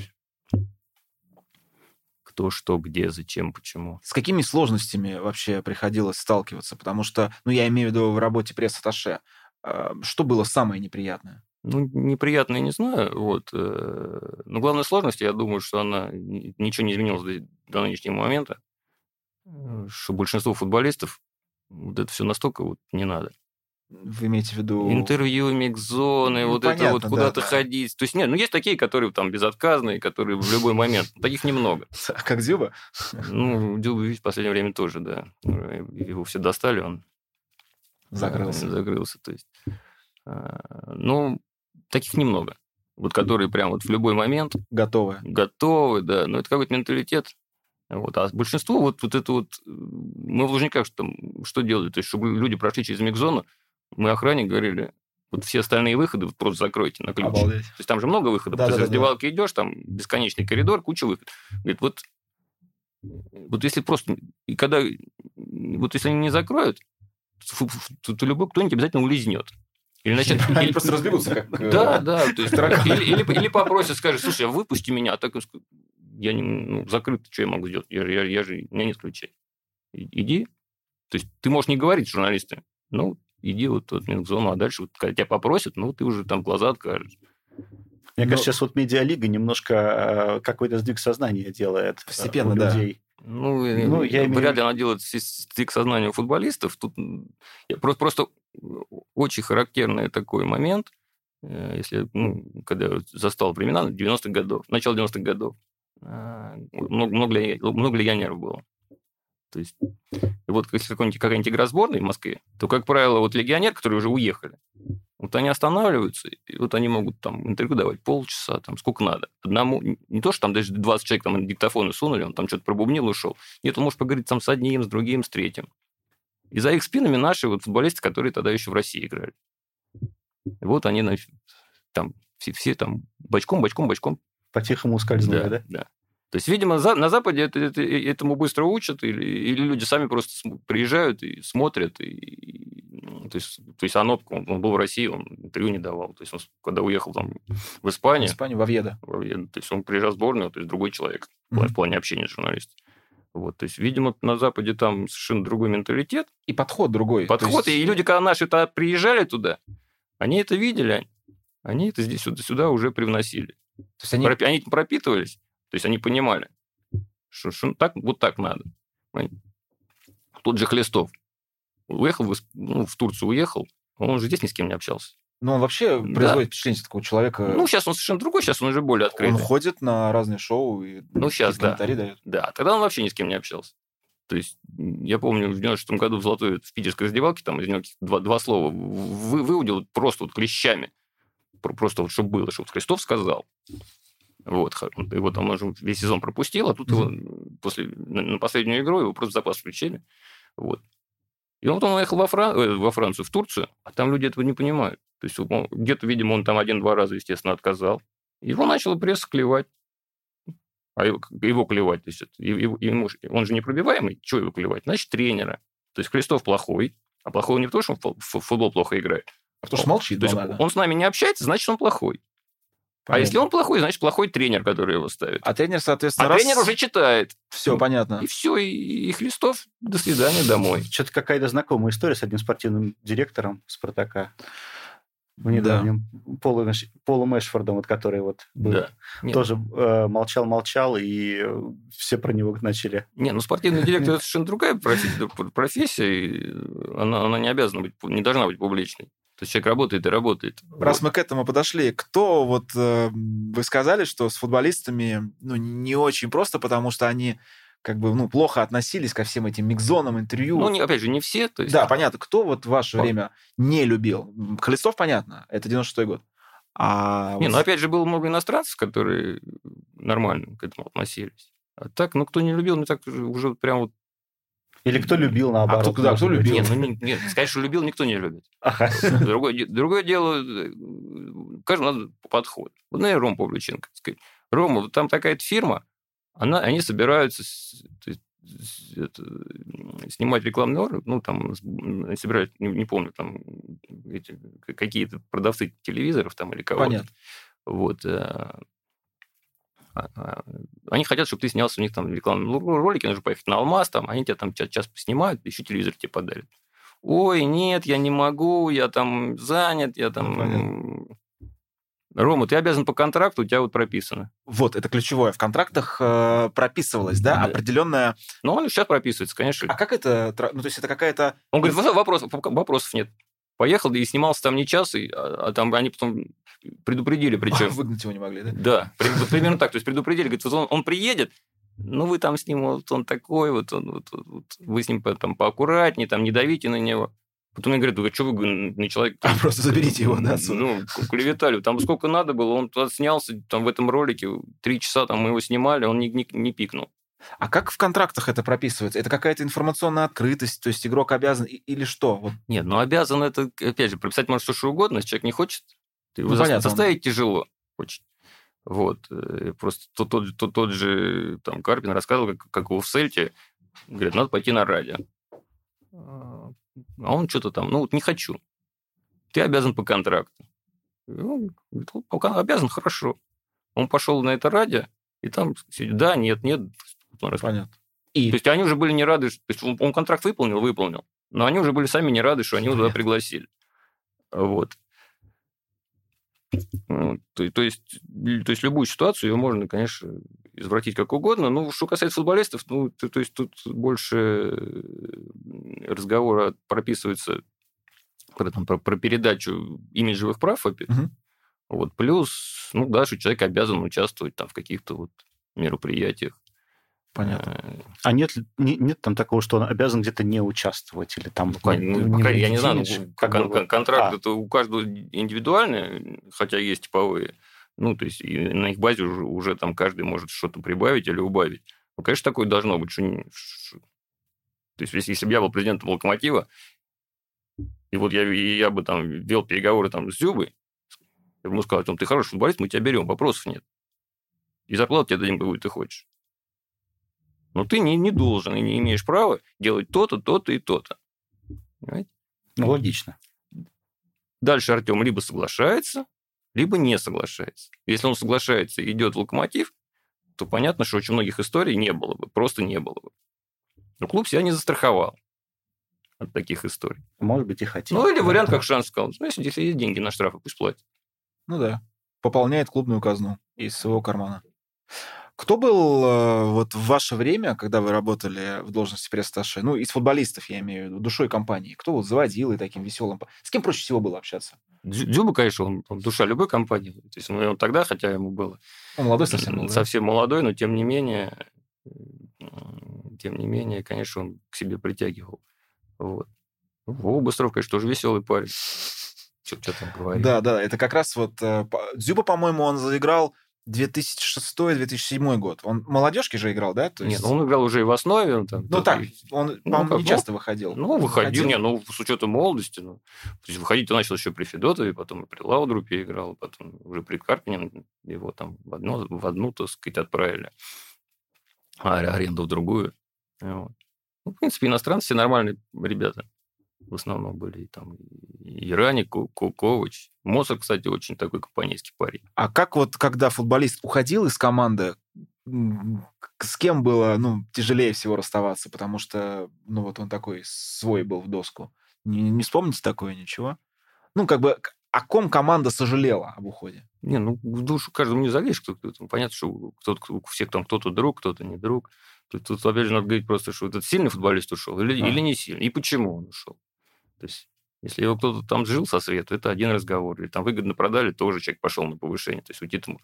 Кто, что, где, зачем, почему. С какими сложностями вообще приходилось сталкиваться? Потому что, я имею в виду в работе пресс-атташе. Что было самое неприятное? Неприятное не знаю. Но главная сложность, я думаю, что она ничего не изменилась до нынешнего момента, что большинству футболистов это все настолько не надо. Вы имеете в виду... Интервью, микзоны, вот понятно, это вот куда-то да. ходить. То есть, нет, есть такие, которые там безотказные, которые в любой момент. Таких немного. Как Дзюба? Дзюба, видишь, в последнее время тоже, да. Его все достали, он закрылся. То есть, таких немного. Вот которые прям вот в любой момент готовы, да. Но это какой-то менталитет. Вот. А большинство мы в Лужниках что делали? То есть, чтобы люди прошли через микзону, мы охране говорили, вот все остальные выходы просто закройте на ключ. Обалдеть. То есть, там же много выходов. Да, То есть, раздевалки идешь, там бесконечный коридор, куча выходов. Говорит, вот если просто... И когда... Вот если они не закроют, то любой кто-нибудь обязательно улизнет. Они просто разбегутся, как... Да. То есть, или попросят, скажет, слушай, выпусти меня. А так я не закрыт, что я могу сделать? У меня нет ключей. Иди. То есть ты можешь не говорить с журналистами. Иди вот в микзону, а дальше, когда тебя попросят, ты уже там глаза откажешь. Мне кажется, сейчас медиалига немножко какой-то сдвиг сознания делает постепенно, у людей. Вряд ли она делает сдвиг сознания у футболистов. Тут просто очень характерный такой момент, если, когда я застал времена 90-х годов, начало 90-х годов, много легионеров было. То есть, вот если какая-нибудь игра сборной в Москве, то, как правило, вот легионеры, которые уже уехали, вот они останавливаются, и вот они могут там интервью давать полчаса, там сколько надо. Одному, не то, что там даже 20 человек там диктофоны сунули, он там что-то пробубнил, ушел. Нет, он может поговорить там с одним, с другим, с третьим. И за их спинами наши вот футболисты, которые тогда еще в России играли. И вот они там все там бочком. По-тихому ускользнули, да? Да. То есть, видимо, на Западе этому быстро учат, или люди сами просто приезжают и смотрят. То есть Анопко, он был в России, он интервью не давал. То есть, он, когда уехал там в Испанию... В Испанию, в Овьедо. То есть, он приезжал в сборную, то есть, другой человек в плане общения с журналистом. Вот, то есть, видимо, на Западе там совершенно другой менталитет. И подход другой. И люди, когда наши приезжали туда, они это видели, они это здесь сюда уже привносили. То есть, они пропитывались. То есть, они понимали, что вот так надо. Тот же Хлестов. Уехал в Турцию, он же здесь ни с кем не общался. Он вообще производит впечатление такого человека. Сейчас он совершенно другой, сейчас он уже более открытый. Он ходит на разные шоу и сейчас, комментарии дает. Да, тогда он вообще ни с кем не общался. То есть, я помню, в 96-м году в питерской раздевалке, там из него два слова выудил просто вот клещами. Просто вот, чтобы было, чтобы Хлестов сказал. Вот, его там уже весь сезон пропустил, а тут его на последнюю игру его просто в запас включили. Вот. И он потом уехал во Францию, в Турцию, а там люди этого не понимают. То есть, где-то, видимо, он там 1-2 раза, естественно, отказал. Его начала пресса клевать. А его клевать, то есть, он же непробиваемый, что его клевать? Значит, тренера. То есть, Хлестов плохой, а плохой не потому, что он в футбол плохо играет. А потому что молчит. То есть, он с нами не общается, значит, он плохой. Понятно. А если он плохой, значит, плохой тренер, который его ставит. А тренер, соответственно... тренер уже читает. Все, понятно. И все, и Хлестов, до свидания, домой. Что-то какая-то знакомая история с одним спортивным директором «Спартака». В недавнем Полом Эшфордом, вот, который вот был, тоже молчал, и все про него начали. Спортивный директор – это совершенно другая профессия, и она не должна быть публичной. То есть человек работает и работает. Раз мы к этому подошли, кто вы сказали, что с футболистами не очень просто, потому что они плохо относились ко всем этим микзонам, интервью. Опять же, не все. То есть... Да, понятно. Кто в ваше время не любил? Хлестов, понятно, это 96-й год. Опять же, было много иностранцев, которые нормально к этому относились. А так, кто не любил, так уже прям вот... Или кто любил, наоборот. Кто любил? Нет, сказать, что любил, никто не любит. Другое дело, каждому надо подход. Вот, наверное, Рома Павлюченко. Рома, там такая-то фирма, они собираются снимать рекламный ролик, там собирают, не помню, там какие-то продавцы телевизоров там или кого-то. Понятно. Вот. Они хотят, чтобы ты снялся у них там в рекламном ролике, нужно поехать на Алмаз, они тебя там час поснимают, еще телевизор тебе подарят. Ой, нет, я не могу, я там занят, я там... Рома, ты обязан по контракту, у тебя вот прописано. Вот, это ключевое. В контрактах прописывалось, да, определенная... Он сейчас прописывается, конечно. А как это... то есть это какая-то... Он говорит, вопросов нет. поехал и снимался там не час, а там они потом предупредили, причем... Выгнать его не могли, да? Да, примерно так. То есть предупредили, говорит, вот он приедет, ну, вы там с ним, вот он такой, вот вы с ним там поаккуратнее, там не давите на него. Потом мне говорят, что вы на человека... Просто заберите его, да? Ну, клеветали. Там сколько надо было, он туда снялся, там в этом ролике 3 часа там мы его снимали, он не пикнул. А как в контрактах это прописывается? Это какая-то информационная открытость, то есть игрок обязан или что? Вот. Нет, ну обязан это, опять же, прописать может что угодно, если человек не хочет, то его заставить тяжело очень. Вот. Просто тот же там Карпин рассказывал, как его в Сельте, говорит, надо пойти на радио. А он что-то там, ну вот не хочу. Ты обязан по контракту. Он говорит, обязан, хорошо. Он пошел на это радио, и там сидит, да, нет. Понятно. То есть они уже были не рады, то есть он контракт выполнил, но они уже были сами не рады, что они его туда пригласили. Вот. То есть любую ситуацию ее можно, конечно, извратить как угодно. Но что касается футболистов, ну, то есть тут больше разговора прописывается про передачу имиджевых прав. Вот. Плюс, ну да, что человек обязан участвовать там в каких-то вот мероприятиях. Понятно. А нет там такого, что он обязан где-то не участвовать? Или там... я не знаю, контракт это у каждого индивидуальный, хотя есть типовые. Ну, то есть и на их базе уже там каждый может что-то прибавить или убавить. Ну, конечно, такое должно быть. То есть если бы я был президентом «Локомотива», и вот я бы там вел переговоры там с Дзюбой, я бы ему сказал, ты хороший футболист, мы тебя берем, вопросов нет. И зарплату тебе дадим, какую ты хочешь. Но ты не должен и не имеешь права делать то-то, то-то и то-то. Понимаете? Ну, логично. Дальше Артем либо соглашается, либо не соглашается. Если он соглашается и идет в «Локомотив», то понятно, что очень многих историй не было бы, просто не было бы. Но клуб себя не застраховал от таких историй. Может быть, и хотел. Ну, или вариант, как Шанс сказал, если есть деньги на штрафы, пусть платят. Ну да. Пополняет клубную казну из своего кармана. Кто был вот в ваше время, когда вы работали в должности пресс-атташе, ну, из футболистов, я имею в виду, душой компании? Кто вот заводил и таким веселым? С кем проще всего было общаться? Дзюба, конечно, он душа любой компании. То есть он тогда, хотя ему было... Он молодой совсем был, совсем молодой, но тем не менее, конечно, он к себе притягивал. Вот. Вова Быстров, конечно, тоже веселый парень. Что там говорить? Да, это как раз вот... Дзюба, по-моему, он заиграл 2006-2007 год. Он молодежки же играл, да? То есть... Нет, он играл уже и в основе. Он по-моему, не часто выходил. Ну, выходил, с учетом молодости. То есть выходить он начал еще при Федотове, потом и при Лаудрупе играл, потом уже при Карпине его там в одну, так сказать, отправили, а аренду в другую. Вот. Ну, в принципе, иностранцы все нормальные ребята. В основном были там и Раник, Ковач. Моцарт, кстати, очень такой компанейский парень. А как вот, когда футболист уходил из команды, с кем было, тяжелее всего расставаться? Потому что, вот он такой свой был в доску. Не вспомните такое ничего? О ком команда сожалела об уходе? В душу каждому не залезешь. Понятно, что у всех там кто-то друг, кто-то не друг. Тут опять же, надо говорить просто, что этот сильный футболист ушел или не сильный, и почему он ушел. То есть, если его кто-то там жил со свету, это один разговор. Или там выгодно продали, тоже человек пошел на повышение. То есть, уйти там...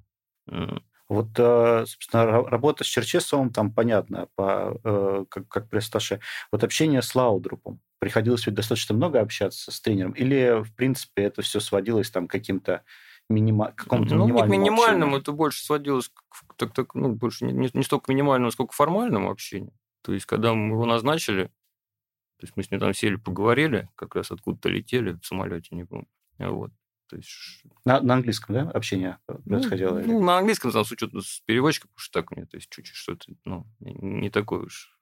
Вот, собственно, работа с Черчесовым, там понятно, как пресс-атташе. Вот общение с Лаудрупом. Приходилось ведь достаточно много общаться с тренером? Или, в принципе, это все сводилось там к какому-то минимальному не к минимальному, общению? Это больше сводилось больше не столько к минимальному, сколько к формальному общению. То есть, когда мы его назначили, то есть мы с ним там сели, поговорили, как раз откуда-то летели в самолете, не помню. Вот. То есть... На английском, да, общение происходило? На английском, с учетом с переводчиком, потому что так у меня, то есть чуть-чуть что-то, не такой уж,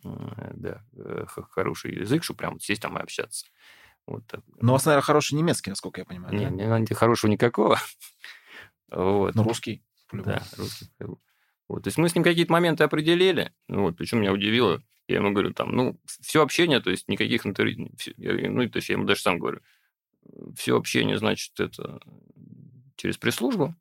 хороший язык, чтобы прям сесть там и общаться. Вот так. Но у вас, наверное, хороший немецкий, насколько я понимаю. Нет, хорошего никакого. Вот. Но русский. Да, русский. Вот. То есть мы с ним какие-то моменты определили. Причем меня удивило. Я ему говорю, все общение, то есть никаких интервью. То есть я ему даже сам говорю, все общение, значит, это через пресс-службу.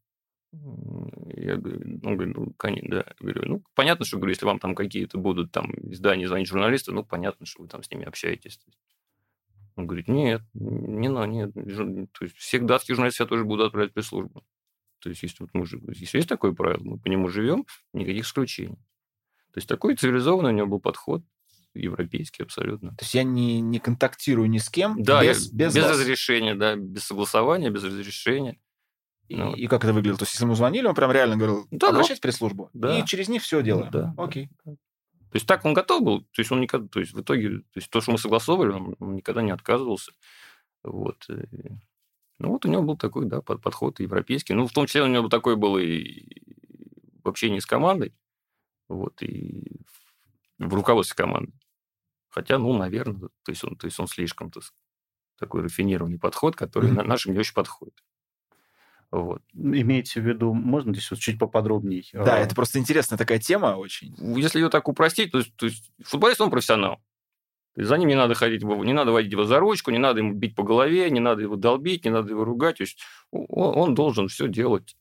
Я говорю, конечно, да. Говорю, понятно, что, если вам там какие-то будут там издания звонить журналисты, понятно, что вы там с ними общаетесь. Он говорит, нет, не надо, нет. То есть всех датских журналистов я тоже буду отправлять в пресс-службу. То есть если есть такое правило, мы по нему живем, никаких исключений. То есть такой цивилизованный у него был подход, европейский абсолютно. То есть я не контактирую ни с кем, да, без разрешения, да, без согласования, без разрешения. И как это выглядело? То есть если ему звонили, он прям реально говорил, обращайтесь в пресс-службу, и через них все делаем. Да. Окей. Да. То есть так он готов был, то есть он никогда, то есть в итоге, то есть то, что мы согласовывали, он никогда не отказывался. Вот. Ну, вот у него был такой, да, подход европейский. Ну, в том числе у него такой был и в общении с командой, вот, и в руководстве команды. Хотя, ну, наверное, то есть он слишком такой рафинированный подход, который нашим не очень подходит. Вот. Имеете в виду, можно здесь вот чуть поподробнее? Да, это просто интересная такая тема очень. Если ее так упростить, то есть футболист, он профессионал. То есть за ним не надо ходить, не надо водить его за ручку, не надо ему бить по голове, не надо его долбить, не надо его ругать. То есть он должен все делать.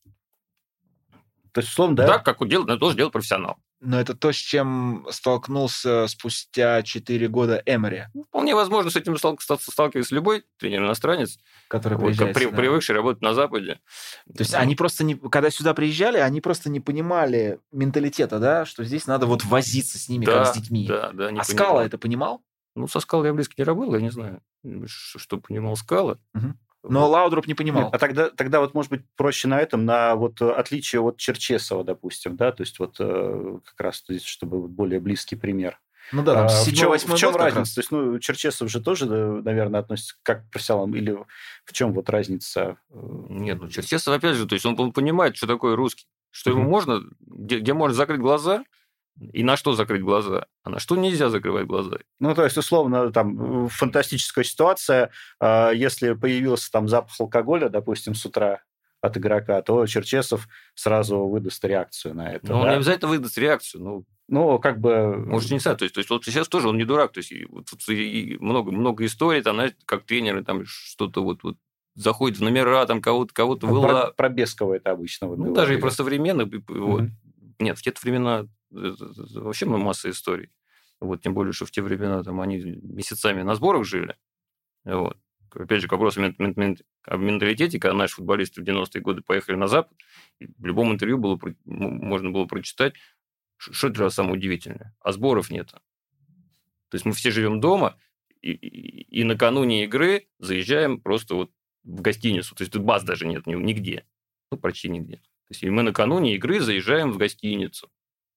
То есть, условно, да? Так, как он должен делать профессионал. Но это то, с чем столкнулся спустя 4 года Эмери. Вполне возможно, с этим сталкивается любой тренер-иностранец, который приезжает привыкший работать на Западе. То есть они просто, когда сюда приезжали, они просто не понимали менталитета, да, что здесь надо вот возиться с ними, как с детьми. Да, а Скала это понимал? Ну, со Скалой я близко не работал, я не знаю, что понимал Скала. Угу. Но Лаудруп не понимал. Нет, а тогда вот, может быть, проще на этом, на вот отличие от Черчесова, допустим, да, то есть вот как раз здесь, чтобы более близкий пример. Ну да, там в чем разница? То есть, ну, Черчесов же тоже, наверное, относится как к профессионалам, или в чем вот разница? Нет, ну, Черчесов, опять же, то есть он понимает, что такое русский, что ему можно, где можно закрыть глаза, и на что закрыть глаза, а на что нельзя закрывать глаза. Ну, то есть, условно, там, фантастическая ситуация, если появился там запах алкоголя, допустим, с утра от игрока, то Черчесов сразу выдаст реакцию на это. Но он не обязательно выдаст реакцию, ну, как бы... Может, не знаю, то есть вот сейчас тоже он не дурак, то есть и много историй, там, знаете, как тренеры там что-то вот заходит в номера, там кого-то было... Про Бескова это обычно. Вот даже и про современных. Вот. Нет, в те времена вообще масса историй. Вот, тем более, что в те времена там они месяцами на сборах жили. Вот. Опять же, к вопросу о менталитете, когда наши футболисты в 90-е годы поехали на Запад, в любом интервью можно было прочитать, что это самое удивительное. А сборов нет. То есть мы все живем дома, и накануне игры заезжаем просто вот в гостиницу. То есть тут баз даже нет нигде. Ну, почти нигде. То есть и мы накануне игры заезжаем в гостиницу.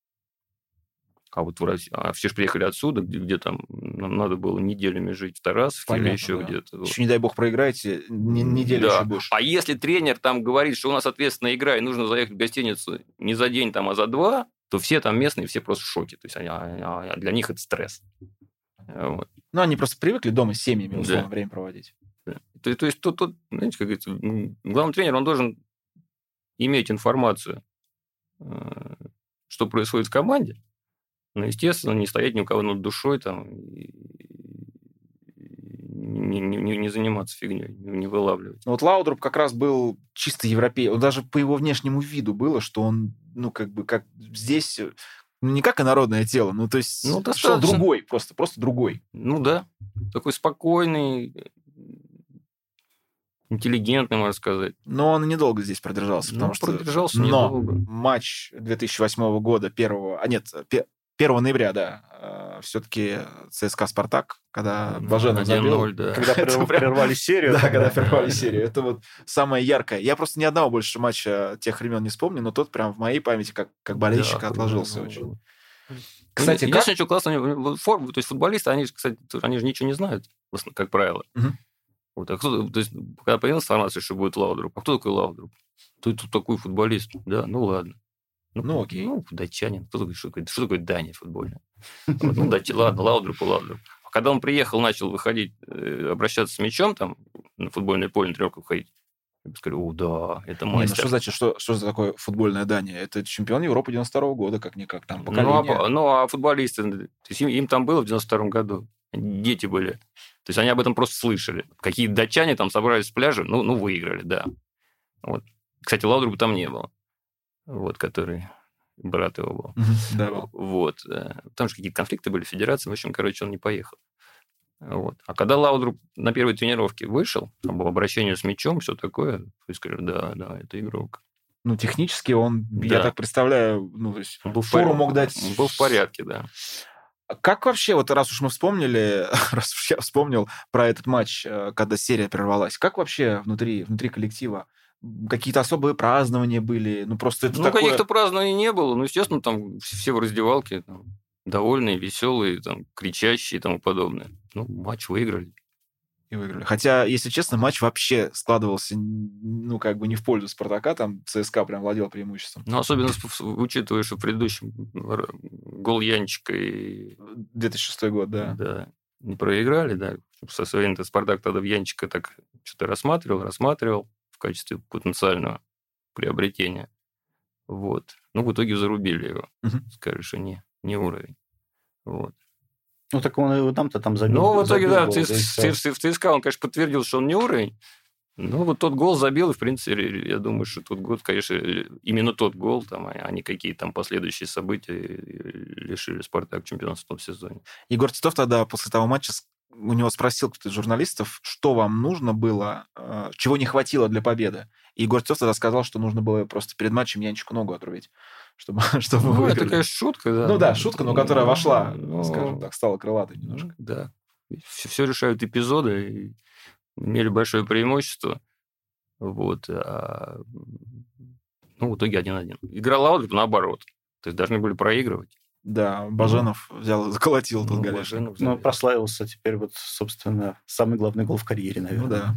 А вот все же приехали отсюда, где там нам надо было неделями жить в Тарасовке или еще где-то. Еще, не дай бог, проиграете, неделю еще будешь. А если тренер там говорит, что у нас ответственная игра, и нужно заехать в гостиницу не за день, там, а за 2, то все там местные, все просто в шоке. То есть для них это стресс. Вот. Ну, они просто привыкли дома с семьями условно время проводить. Да. То есть тут, знаете, как говорится, главный тренер, он должен иметь информацию, что происходит в команде, но, естественно, не стоять ни у кого над душой там, и не заниматься фигней, не вылавливать. Ну, вот Лаудруп как раз был чисто европеец. Даже по его внешнему виду было, что он, ну, как бы, как здесь, не как инородное тело, ну, то есть, что другой, просто другой. Ну, да. Такой спокойный, интеллигентный, можно сказать. Но он недолго здесь продержался, потому что... Продержался недолго. Матч 2008 года, 1 ноября, да, все-таки ЦСКА «Спартак», когда Баженов забил. Да. Когда прервали серию. Да, когда прервали серию. Это вот самое яркое. Я просто ни одного больше матча тех времен не вспомню, но тот прям в моей памяти как болельщик отложился очень. Кстати, единственное, что классно, то есть футболисты, они же ничего не знают, как правило. Вот, то есть, когда появилась информация, что будет Лаудруп, а кто такой Лаудруп? Тут такой футболист. Да, ну ладно. Ну, окей. Ну, датчанин. Что такое Дания футбольная? Ладно, Лаудруп. А когда он приехал, начал выходить, обращаться с мячом, там, на футбольное поле, на тренировку выходить, я бы сказал, да, это мастер. Что значит, что за такое футбольная Дания? Это чемпион Европы 92-го года, как-никак, там, поколение. А футболисты, то есть им там было в 92-м году, дети были. То есть они об этом просто слышали. Какие датчане там собрались с пляжа, ну выиграли, да. Вот. Кстати, Лаудруба там не было. Вот, который брат его был. Да. Вот. Там же какие-то конфликты были, федерации. В общем, короче, он не поехал. Вот. А когда Лаудруп на первой тренировке вышел, там было обращение с мячом, все такое, то сказали, да, это игрок. Ну, технически он, я так представляю, то есть фору мог дать... Он был в порядке, да. Как вообще, вот раз уж мы вспомнили, раз уж я вспомнил про этот матч, когда серия прервалась, как вообще внутри коллектива? Какие-то особые празднования были? Просто это такое... каких-то празднований не было. Естественно, там все в раздевалке довольные, веселые, кричащие и тому подобное. Матч выиграли. И выиграли. Хотя, если честно, матч вообще складывался, не в пользу Спартака, там ЦСКА прям владел преимуществом. Особенно учитывая, что в предыдущем гол Янчика и... 2006 год, да. Да. Не проиграли, да. Со своим Спартак тогда в Янчика так что-то рассматривал в качестве потенциального приобретения. Вот. В итоге зарубили его. Сказали, что не уровень. Вот. Так он и там забил. В итоге, да, в ЦСКА он, конечно, подтвердил, что он не уровень. Тот гол забил, и, в принципе, я думаю, что тот год, конечно, именно тот гол, а не какие там последующие события лишили Спартак чемпионства в том сезоне. Егор Титов тогда после того матча у него спросил кто-то из журналистов, что вам нужно было, чего не хватило для победы. И Егор Титов тогда сказал, что нужно было просто перед матчем Янчику ногу отрубить, чтобы выиграли. Это, конечно, шутка, да. Шутка, но которая вошла, скажем так, стала крылатой немножко. Да. Все решают эпизоды, и имели большое преимущество. Вот. В итоге 1-1. Игра Лаудруп наоборот. То есть должны были проигрывать. Да, Баженов взял и заколотил тот Галяшин. Прославился теперь собственно, самый главный гол в карьере, наверное.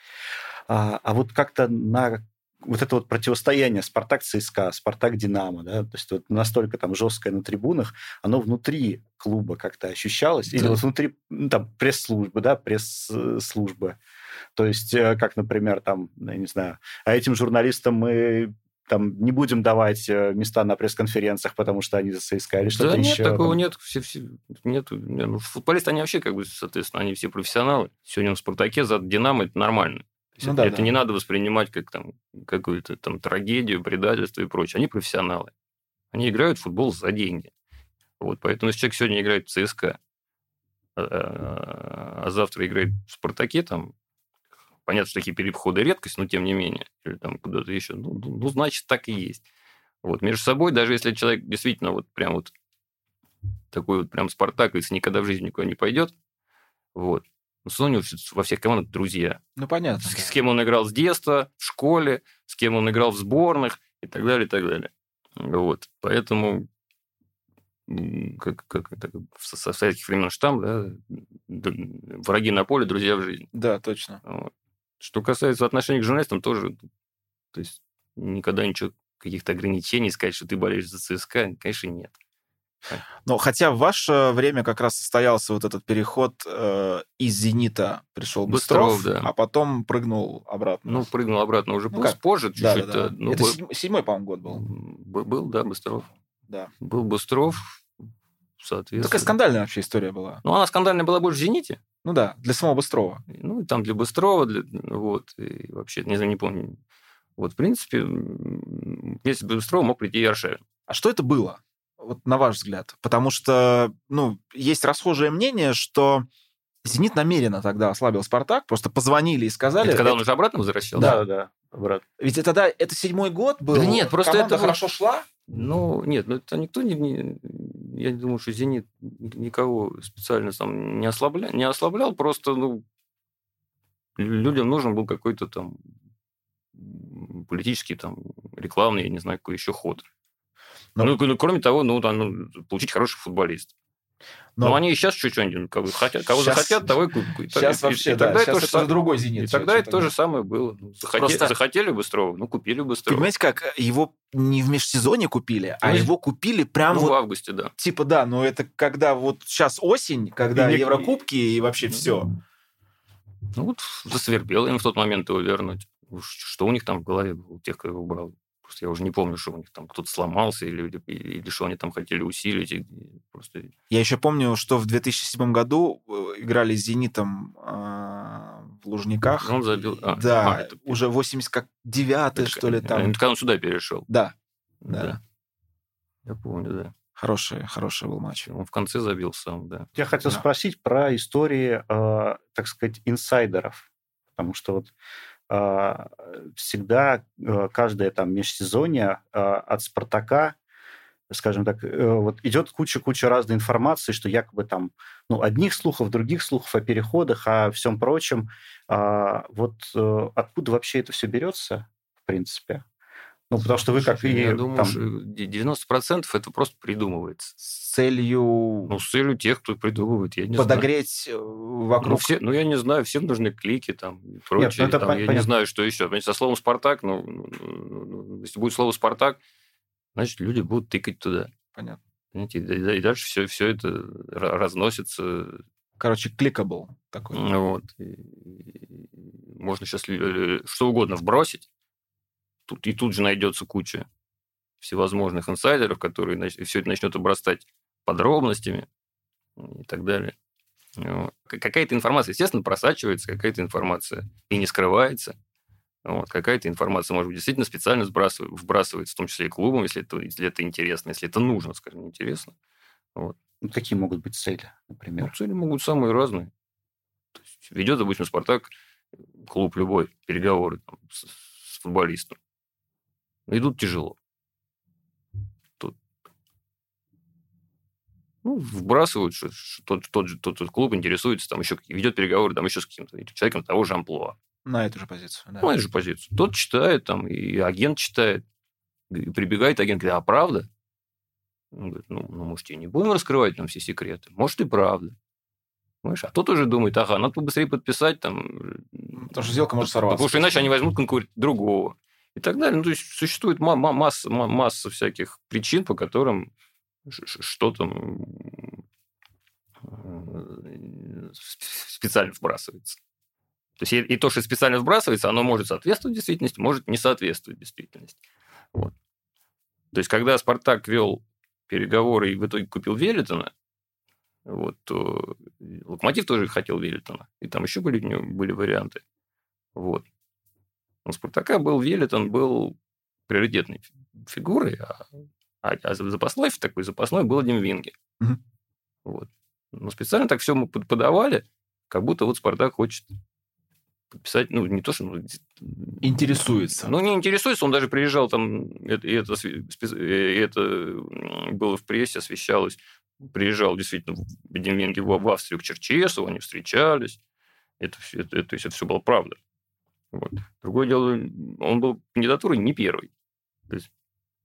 Да. А вот как-то на вот это противостояние Спартак-ЦСКА, Спартак-Динамо, да, то есть настолько там жесткое на трибунах, оно внутри клуба как-то ощущалось? Или внутри пресс-службы, да, пресс-службы? То есть, как, например, я не знаю, этим журналистам мы не будем давать места на пресс-конференциях, потому что они за ЦСКА или что-то еще. Нет, такого нет. Нету. Футболисты, они вообще, соответственно, они все профессионалы. Сегодня в «Спартаке» за «Динамо» это нормально. Это не надо воспринимать как какую-то трагедию, предательство и прочее. Они профессионалы. Они играют в футбол за деньги. Вот, поэтому если человек сегодня играет в ЦСКА, а завтра играет в «Спартаке», понятно, что такие переходы редкость, но тем не менее, или куда-то еще, значит, так и есть. Вот, между собой, даже если человек действительно такой прям «Спартак», если никогда в жизни никуда не пойдет, вот, у него во всех командах друзья. Понятно. С кем он играл с детства, в школе, с кем он играл в сборных и так далее, и так далее. Вот. Поэтому со советских времен штамм, да, враги на поле, друзья в жизни. Да, точно. Вот. Что касается отношений к журналистам, тоже, то есть никогда ничего, каких-то ограничений сказать, что ты болеешь за ЦСКА, конечно, нет. Но хотя в ваше время как раз состоялся этот переход, из «Зенита» пришел Быстров, да. А потом прыгнул обратно. Прыгнул обратно уже позже чуть-чуть. Да. Это 7-й, по-моему, год был. Был, да, Быстров. Да. Был Быстров, соответственно. Такая скандальная вообще история была. Она скандальная была больше в «Зените». Для самого Быстрова. И там для Быстрова, и вообще, не помню. Вот, в принципе, если бы Быстров мог прийти и Аршавин. А что это было? На ваш взгляд? Потому что, есть расхожее мнение, что «Зенит» намеренно тогда ослабил «Спартак», просто позвонили и сказали... Это когда он уже обратно возвращался? Да, обратно. Ведь тогда это 7-й год был? Да нет, просто команда это... хорошо шла? Нет, это никто не... Я не думаю, что «Зенит» никого специально не ослаблял, просто, людям нужен был какой-то политический, рекламный, я не знаю, какой еще ход. Кроме того, получить хороших футболистов. Но они и сейчас чуть-чуть хотят, кого захотят, того и купят. Сейчас вообще, сейчас это другой «Зенит». И тогда это то же самое было. Захотели Быстрова, купили Быстрова. Понимаете, как его не в межсезонье купили, а его купили прямо в августе, да. Но это когда сейчас осень, когда Еврокубки и вообще все. Засвербело им в тот момент его вернуть. Что у них там в голове было, у тех, кто его брал. Просто я уже не помню, что у них там кто-то сломался или что они там хотели усилить. Я еще помню, что в 2007 году играли с «Зенитом» в Лужниках. Он забил. Уже 89-й, что ли, там. Это когда он сюда перешел. Да. Я помню, да. Хороший был матч. Он в конце забил сам, да. Я хотел спросить про истории, так сказать, инсайдеров. Потому что вот всегда каждое там межсезонье от «Спартака», скажем так, вот идет куча разной информации, что якобы там, одних слухов, других слухов о переходах, о всем прочем. Вот откуда вообще это все берется, в принципе? Потому что вы как и... Я думаю, что 90% это просто придумывается. С целью... С целью тех, кто придумывает, я не подогреть знаю. Вокруг... я не знаю, всем нужны клики там и прочее. Нет, я не знаю, что еще. Со словом «Спартак», если будет слово «Спартак», значит, люди будут тыкать туда. Понятно. Понимаете? И дальше все это разносится. Короче, кликабл такой. Вот. Можно сейчас что угодно вбросить. Тут же найдется куча всевозможных инсайдеров, которые все это начнет обрастать подробностями и так далее. Какая-то информация, естественно, просачивается, какая-то информация и не скрывается. Какая-то информация, может быть, действительно специально вбрасывается, в том числе и клубом, если это интересно, если это нужно, скажем, интересно. Какие могут быть цели, например? Цели могут быть самые разные. То есть ведет, допустим, «Спартак», клуб любой, переговоры с футболистом. Идут тяжело. Тут вбрасывают, что тот клуб интересуется, там еще ведет переговоры там еще с каким-то человеком того же амплуа. На эту же позицию, да. На эту же позицию. Тот читает, там, и агент читает. И прибегает агент, говорит, а правда? Он говорит, может, и не будем раскрывать нам все секреты. Может, и правда. Понимаешь? А тот уже думает, надо побыстрее подписать. Там, потому что сделка может сорваться. Потому что иначе они возьмут конкурента другого. И так далее. То есть существует масса всяких причин, по которым что-то специально вбрасывается. То есть и то, что специально вбрасывается, оно может соответствовать действительности, может не соответствовать действительности. То есть, когда «Спартак» вел переговоры и в итоге купил Веллитона, то «Локомотив» тоже хотел Веллитона. И там еще были варианты. У «Спартака» был Веллитон, был приоритетной фигурой, а запасной был Адем Винге. Но специально так все мы подавали, как будто «Спартак» хочет подписать, не то, что... интересуется. Не интересуется, он даже приезжал там, это было в прессе, освещалось, приезжал действительно Адем Винге в Австрию к Черчесову, они встречались, это все было правда. Другое дело, он был кандидатурой не первой. То есть,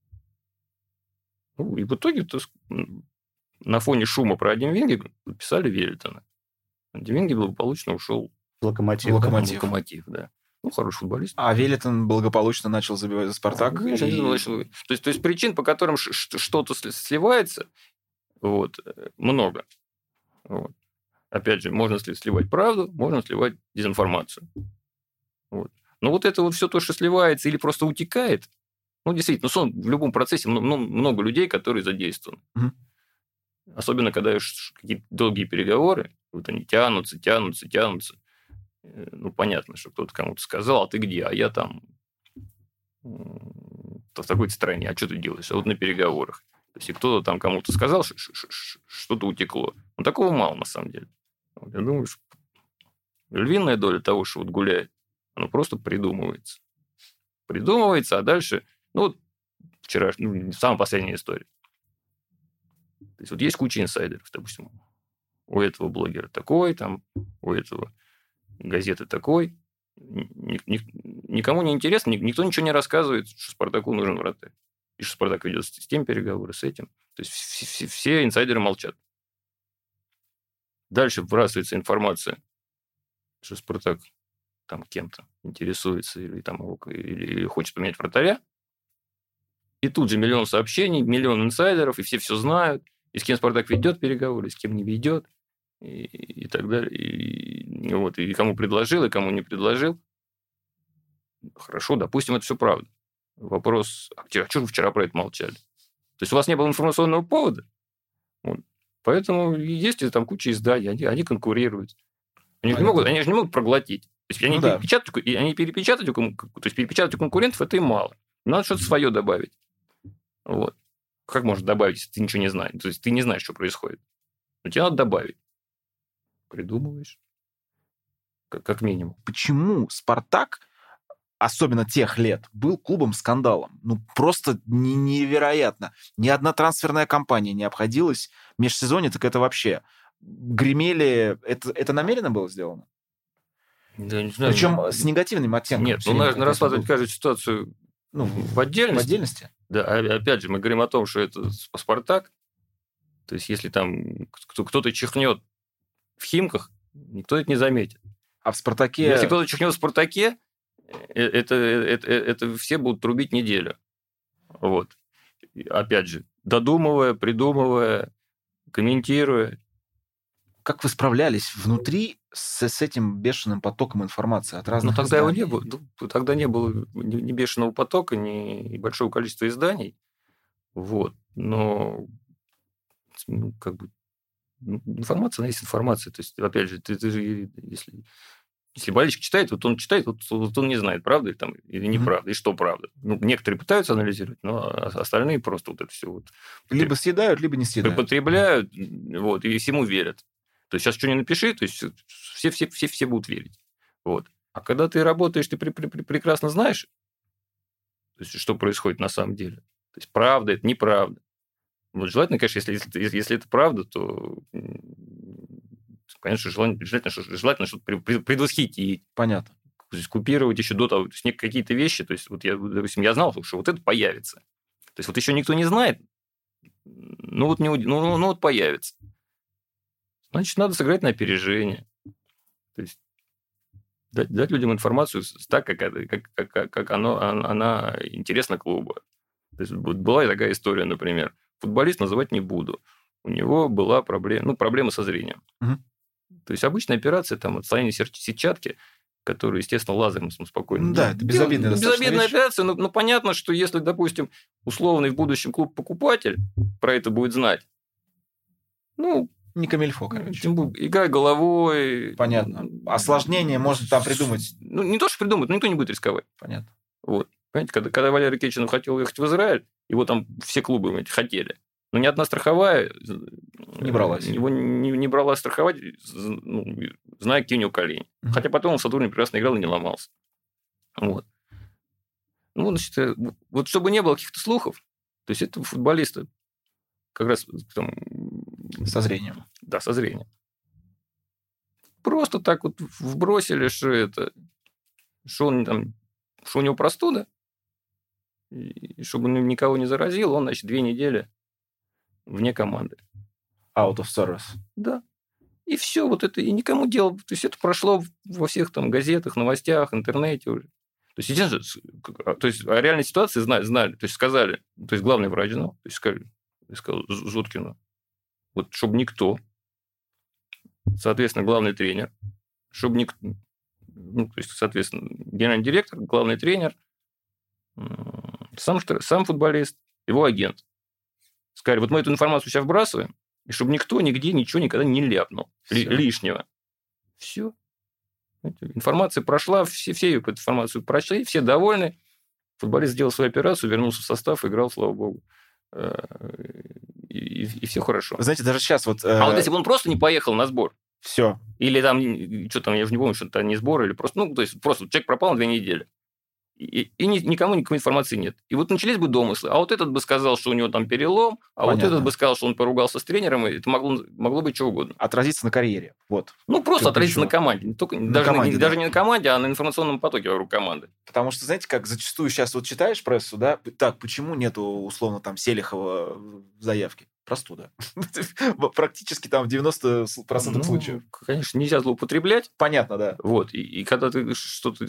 и в итоге на фоне шума про Адем Винге подписали Веллитона. Адем Винге благополучно ушел в Локомотив, да. Хороший футболист. А Веллитон благополучно начал забивать за «Спартак». То есть причин, по которым что-то сливается, много. Опять же, можно сливать правду, можно сливать дезинформацию. Но это все то, что сливается или просто утекает, действительно, в любом процессе много людей, которые задействованы. Особенно, когда какие-то долгие переговоры, они тянутся. Понятно, что кто-то кому-то сказал, а ты где? А я там в такой-то стране. А что ты делаешь? А на переговорах. То есть, и кто-то там кому-то сказал, что-то утекло. Такого мало, на самом деле. Я думаю, что львиная доля того, что гуляет, оно просто придумывается. А дальше... вчера, самая последняя история. То есть, есть куча инсайдеров, допустим. У этого блогера такой, там, у этого газеты такой. Никому не интересно, никто ничего не рассказывает, что «Спартаку» нужен вратарь. И что «Спартак» ведет с тем переговоры, с этим. То есть, все инсайдеры молчат. Дальше вбрасывается информация, что «Спартак» там кем-то интересуется или хочет поменять вратаря. И тут же миллион сообщений, миллион инсайдеров, и все знают, и с кем «Спартак» ведет переговоры, и с кем не ведет, и так далее. И кому предложил, и кому не предложил. Хорошо, допустим, это все правда. Вопрос, а что вы вчера про это молчали? То есть, у вас не было информационного повода? Поэтому есть там куча изданий, они конкурируют. Они же не могут проглотить. То есть, перепечатать у конкурентов это и мало. Надо что-то свое добавить. как можно добавить, если ты ничего не знаешь? То есть ты не знаешь, что происходит. Но тебе надо добавить. Придумываешь. Как минимум. Почему «Спартак», особенно тех лет, был клубом-скандалом? Ну, просто невероятно. Ни одна трансферная кампания не обходилась. Межсезонье, так это вообще... Гремели... Это намеренно было сделано? Да, не знаю. Причем с негативным оттенком. Нет, нужно рассматривать каждую ситуацию в отдельности. В отдельности. Да, опять же, мы говорим о том, что это «Спартак». То есть, если там кто-то чихнет в Химках, никто это не заметит. А в «Спартаке»... Если кто-то чихнет в «Спартаке», это все будут трубить неделю. Вот. Опять же, додумывая, придумывая, комментируя. Как вы справлялись внутри с этим бешеным потоком информации от разных тогда изданий? его не было. Тогда не было ни бешеного потока, ни большого количества изданий. Вот. Но информация, она есть информация. То есть, опять же, ты же, если болельщик читает, вот он читает, вот он не знает, правда там, или неправда, и что правда. Некоторые пытаются анализировать, но остальные просто вот это все вот... Либо съедают, либо не съедают. Потребляют, вот, и всему верят. То есть, сейчас что ни напиши, то есть, все будут верить. Вот. А когда ты работаешь, ты прекрасно знаешь, то есть, что происходит на самом деле. То есть, правда это, неправда. Вот желательно, конечно, если это правда, то... Конечно, желательно что-то предвосхитить. Понятно. То есть купировать еще до того. То есть какие-то вещи, то есть вот допустим, я знал, что вот это появится. То есть вот еще никто не знает, вот появится. Значит, надо сыграть на опережение. То есть дать людям информацию так, как она интересна клубу. То есть была такая история, например. Футболист называть не буду. У него была проблема со зрением. Угу. То есть обычная операция, там, отслоение сетчатки, которую, естественно, лазером спокойно... Да, это безобидная операция, но понятно, что если, допустим, условный в будущем клуб-покупатель про это будет знать, не камильфо, короче. Играй головой... Понятно. Осложнение можно там придумать. Не то, что придумать, но никто не будет рисковать. Понятно. Вот. Понимаете, когда Валерий Кеченов хотел ехать в Израиль, его там все клубы хотели. Но ни одна страховая не бралась. Его не брала страховать, зная, какие у него колени. Хотя потом он в Сатурне прекрасно играл и не ломался. Вот. Значит, вот чтобы не было каких-то слухов, то есть это футболисты как раз там... Со зрением. Да, со зрением. Просто так вот вбросили, что у него простуда, и чтобы он никого не заразил, он, значит, 2 недели вне команды. Out of service. Да. И все, вот это, и никому дело... То есть это прошло во всех там газетах, новостях, интернете уже. То есть о реальной ситуации знали, то есть сказали, то есть главный врач знал, то есть сказал Жуткину, вот чтобы никто, соответственно, главный тренер, чтобы никто, то есть, соответственно, генеральный директор, главный тренер, сам футболист, его агент. Сказали, вот мы эту информацию сейчас вбрасываем, и чтобы никто нигде ничего никогда не ляпнул лишнего. Все. Информация прошла, все эту информацию прочли, все довольны. Футболист сделал свою операцию, вернулся в состав, играл, слава богу. И все хорошо. Вы знаете, даже сейчас вот... А вот если бы он просто не поехал на сбор, все. Или там, что там, я уже не помню, что это не сбор, или просто, то есть просто человек пропал на 2 недели. И никому никакой информации нет. И вот начались бы домыслы. А вот этот бы сказал, что у него там перелом, а Понятно. Вот этот бы сказал, что он поругался с тренером, и это могло быть что угодно. Отразиться на карьере. Вот. Просто отразиться на команде. Даже не на команде, а на информационном потоке вокруг команды. Потому что, знаете, как зачастую сейчас вот читаешь прессу, да, так, почему нету, условно, там, Селихова в заявке? Простуда. Практически там в 90% случаев. Конечно, нельзя злоупотреблять. Понятно, да. Вот. И когда ты что-то,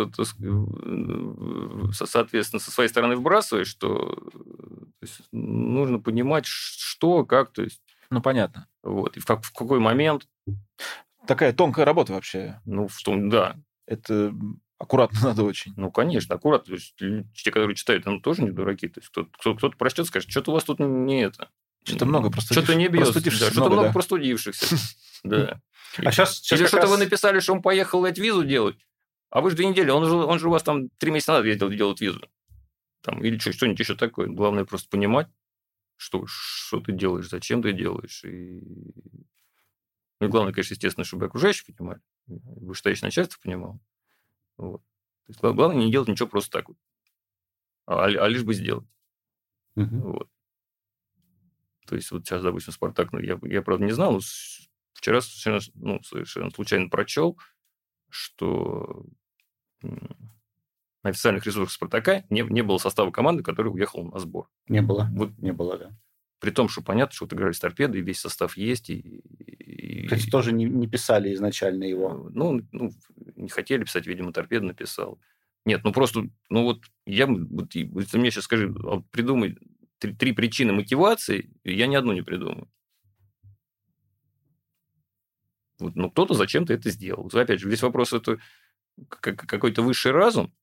соответственно, со своей стороны вбрасываешь, то есть, нужно понимать, что, как, то есть... понятно. Вот. И в какой момент. Такая тонкая работа вообще. Да. Это... Аккуратно надо очень. Конечно, аккуратно. То есть, те, которые читают, тоже не дураки. То есть, кто-то прочтет, скажет, что-то у вас тут не это. Что-то много простудившихся. Что-то не бьется. Что-то много простудившихся. Да. А сейчас или что-то вы написали, что он поехал визу делать, а вы же 2 недели. Он же у вас там 3 месяца назад ездил делать визу. Или что-нибудь еще такое. Главное просто понимать, что ты делаешь, зачем ты делаешь. Ну, и главное, конечно, естественно, чтобы окружающие понимали, вышестоящее начальство понимало. Вот. То есть, главное не делать ничего просто так вот, а лишь бы сделать. Вот. То есть, вот сейчас, допустим, «Спартак», я правда, не знал, но вчера совершенно случайно прочел, что на официальных ресурсах «Спартака» не было состава команды, который уехал на сбор. Не было, да. При том, что понятно, что вот играли с «Торпедой», и весь состав есть. То есть, тоже не писали изначально его? Ну, не хотели писать, видимо, «Торпеда» написал. Нет, просто, вот ты мне сейчас скажи, придумай 3 причины мотивации, я ни одну не придумаю. Вот, кто-то зачем-то это сделал. Опять же, весь вопрос, это какой-то высший разум,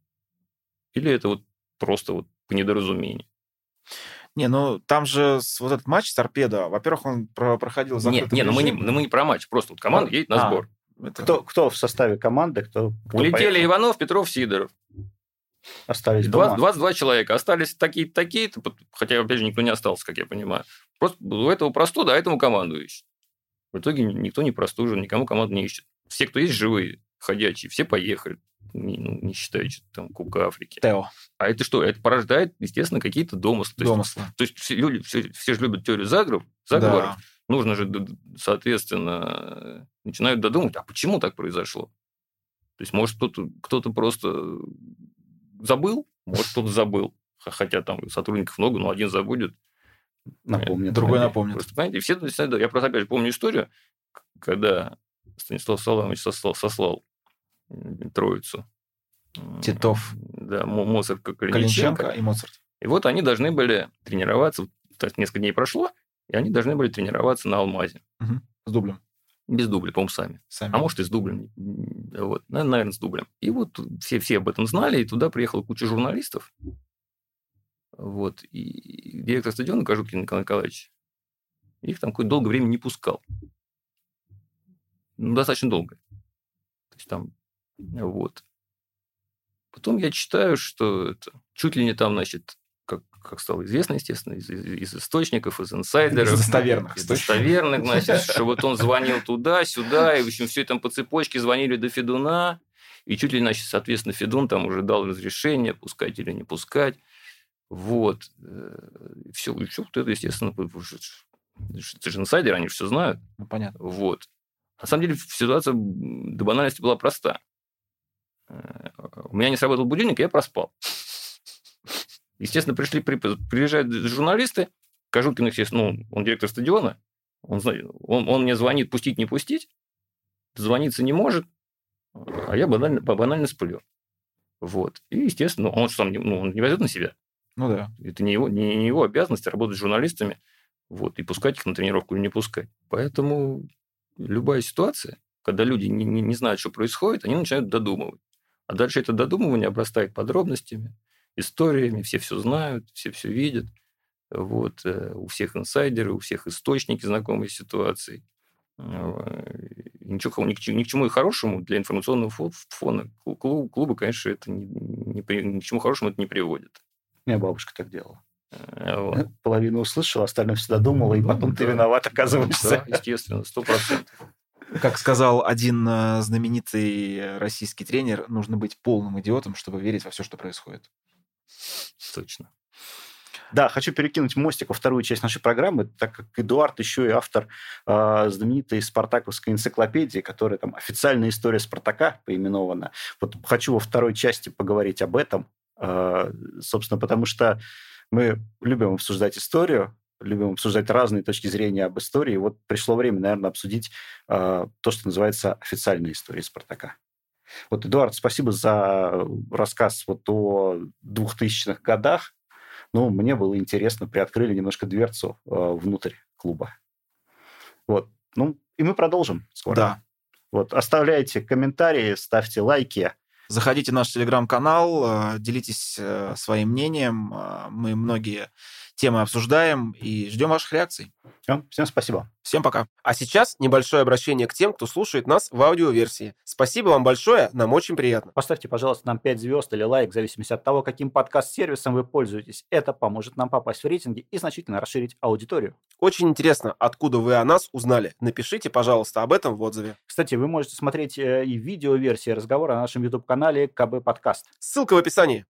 или это вот просто вот по недоразумению? Не, там же вот этот матч с «Торпедо», во-первых, он проходил в закрытом режиме. Мы не про матч, просто вот команда едет на сбор. Кто в составе команды? Кто улетели поехал? Иванов, Петров, Сидоров. Остались дома? 22 человека. Остались такие-то, хотя, опять же, никто не остался, как я понимаю. Просто у этого простуда, а этому команду ищет. В итоге никто не простужен, никому команду не ищет. Все, кто есть живые, ходячие, все поехали. Не считая там Кубка Африки. Тео. А это что? Это порождает, естественно, какие-то домыслы. То есть все же любят теорию заговоров. Да. Нужно же, соответственно, начинают додумывать, а почему так произошло? То есть, может, кто-то просто забыл, может, кто-то забыл. Хотя там сотрудников много, но один забудет. Напомнит. Другой напомнит. Просто, понимаете, я просто, опять же, помню историю, когда Станислав Саламович сослал Троицу. Титов. Да, Моцарт, Калиниченко и Моцарт. И вот они должны были тренироваться, то есть несколько дней прошло, и они должны были тренироваться на «Алмазе». Угу. С дублем. Без дубля, по-моему, сами. А может, и с дублем. Вот. Наверное, с дублем. И вот все об этом знали, и туда приехала куча журналистов. Вот. И директор стадиона Кожухин Николай Николаевич их там какое-то долгое время не пускал. Достаточно долго. То есть там... Вот. Потом я читаю, что это чуть ли не там, значит, как стало известно, естественно, из источников, из инсайдеров. Из достоверных, значит, что вот он звонил туда-сюда, и, в общем, все там по цепочке звонили до Федуна, и чуть ли, значит, соответственно, Федун там уже дал разрешение, пускать или не пускать. Вот. Все вот это, естественно, это же инсайдеры, они же все знают. Ну, понятно. Вот. На самом деле, ситуация до банальности была проста. У меня не сработал будильник, и я проспал. Естественно, приезжают журналисты, Кожухин, естественно, он директор стадиона, он мне звонит, пустить, не пустить, звониться не может, а я банально сплю. Вот. И, естественно, он же сам он не возьмет на себя. Ну да. Это не его обязанность работать с журналистами, вот, и пускать их на тренировку или не пускать. Поэтому любая ситуация, когда люди не знают, что происходит, они начинают додумывать. А дальше это додумывание обрастает подробностями, историями, все знают, все видят. Вот. У всех инсайдеры, у всех источники знакомые с ситуацией. Ни к чему и хорошему для информационного фона клуба, конечно, это ни к чему хорошему это не приводит. У меня бабушка так делала. Вот. Половину услышала, остальное всегда думала, и потом ты виноват, оказываешься. Да, естественно, 100%. Как сказал один знаменитый российский тренер, нужно быть полным идиотом, чтобы верить во все, что происходит. Точно. Да, хочу перекинуть мостик во вторую часть нашей программы, так как Эдуард еще и автор знаменитой спартаковской энциклопедии, которая там «Официальная история Спартака» поименована. Вот хочу во второй части поговорить об этом, собственно, потому что мы любим обсуждать историю, любим обсуждать разные точки зрения об истории. Вот пришло время, наверное, обсудить то, что называется официальной историей Спартака. Вот, Эдуард, спасибо за рассказ вот о 2000-х годах. Ну, мне было интересно, приоткрыли немножко дверцу внутрь клуба. Вот. Ну, и мы продолжим скоро. Да. Вот, оставляйте комментарии, ставьте лайки. Заходите в наш телеграм-канал, делитесь своим мнением. Мы многие темы обсуждаем и ждем ваших реакций. Всем спасибо. Всем пока. А сейчас небольшое обращение к тем, кто слушает нас в аудиоверсии. Спасибо вам большое, нам очень приятно. Поставьте, пожалуйста, нам 5 звезд или лайк, в зависимости от того, каким подкаст-сервисом вы пользуетесь. Это поможет нам попасть в рейтинги и значительно расширить аудиторию. Очень интересно, откуда вы о нас узнали. Напишите, пожалуйста, об этом в отзыве. Кстати, вы можете смотреть и видеоверсии разговора на нашем YouTube-канале КБ Подкаст. Ссылка в описании.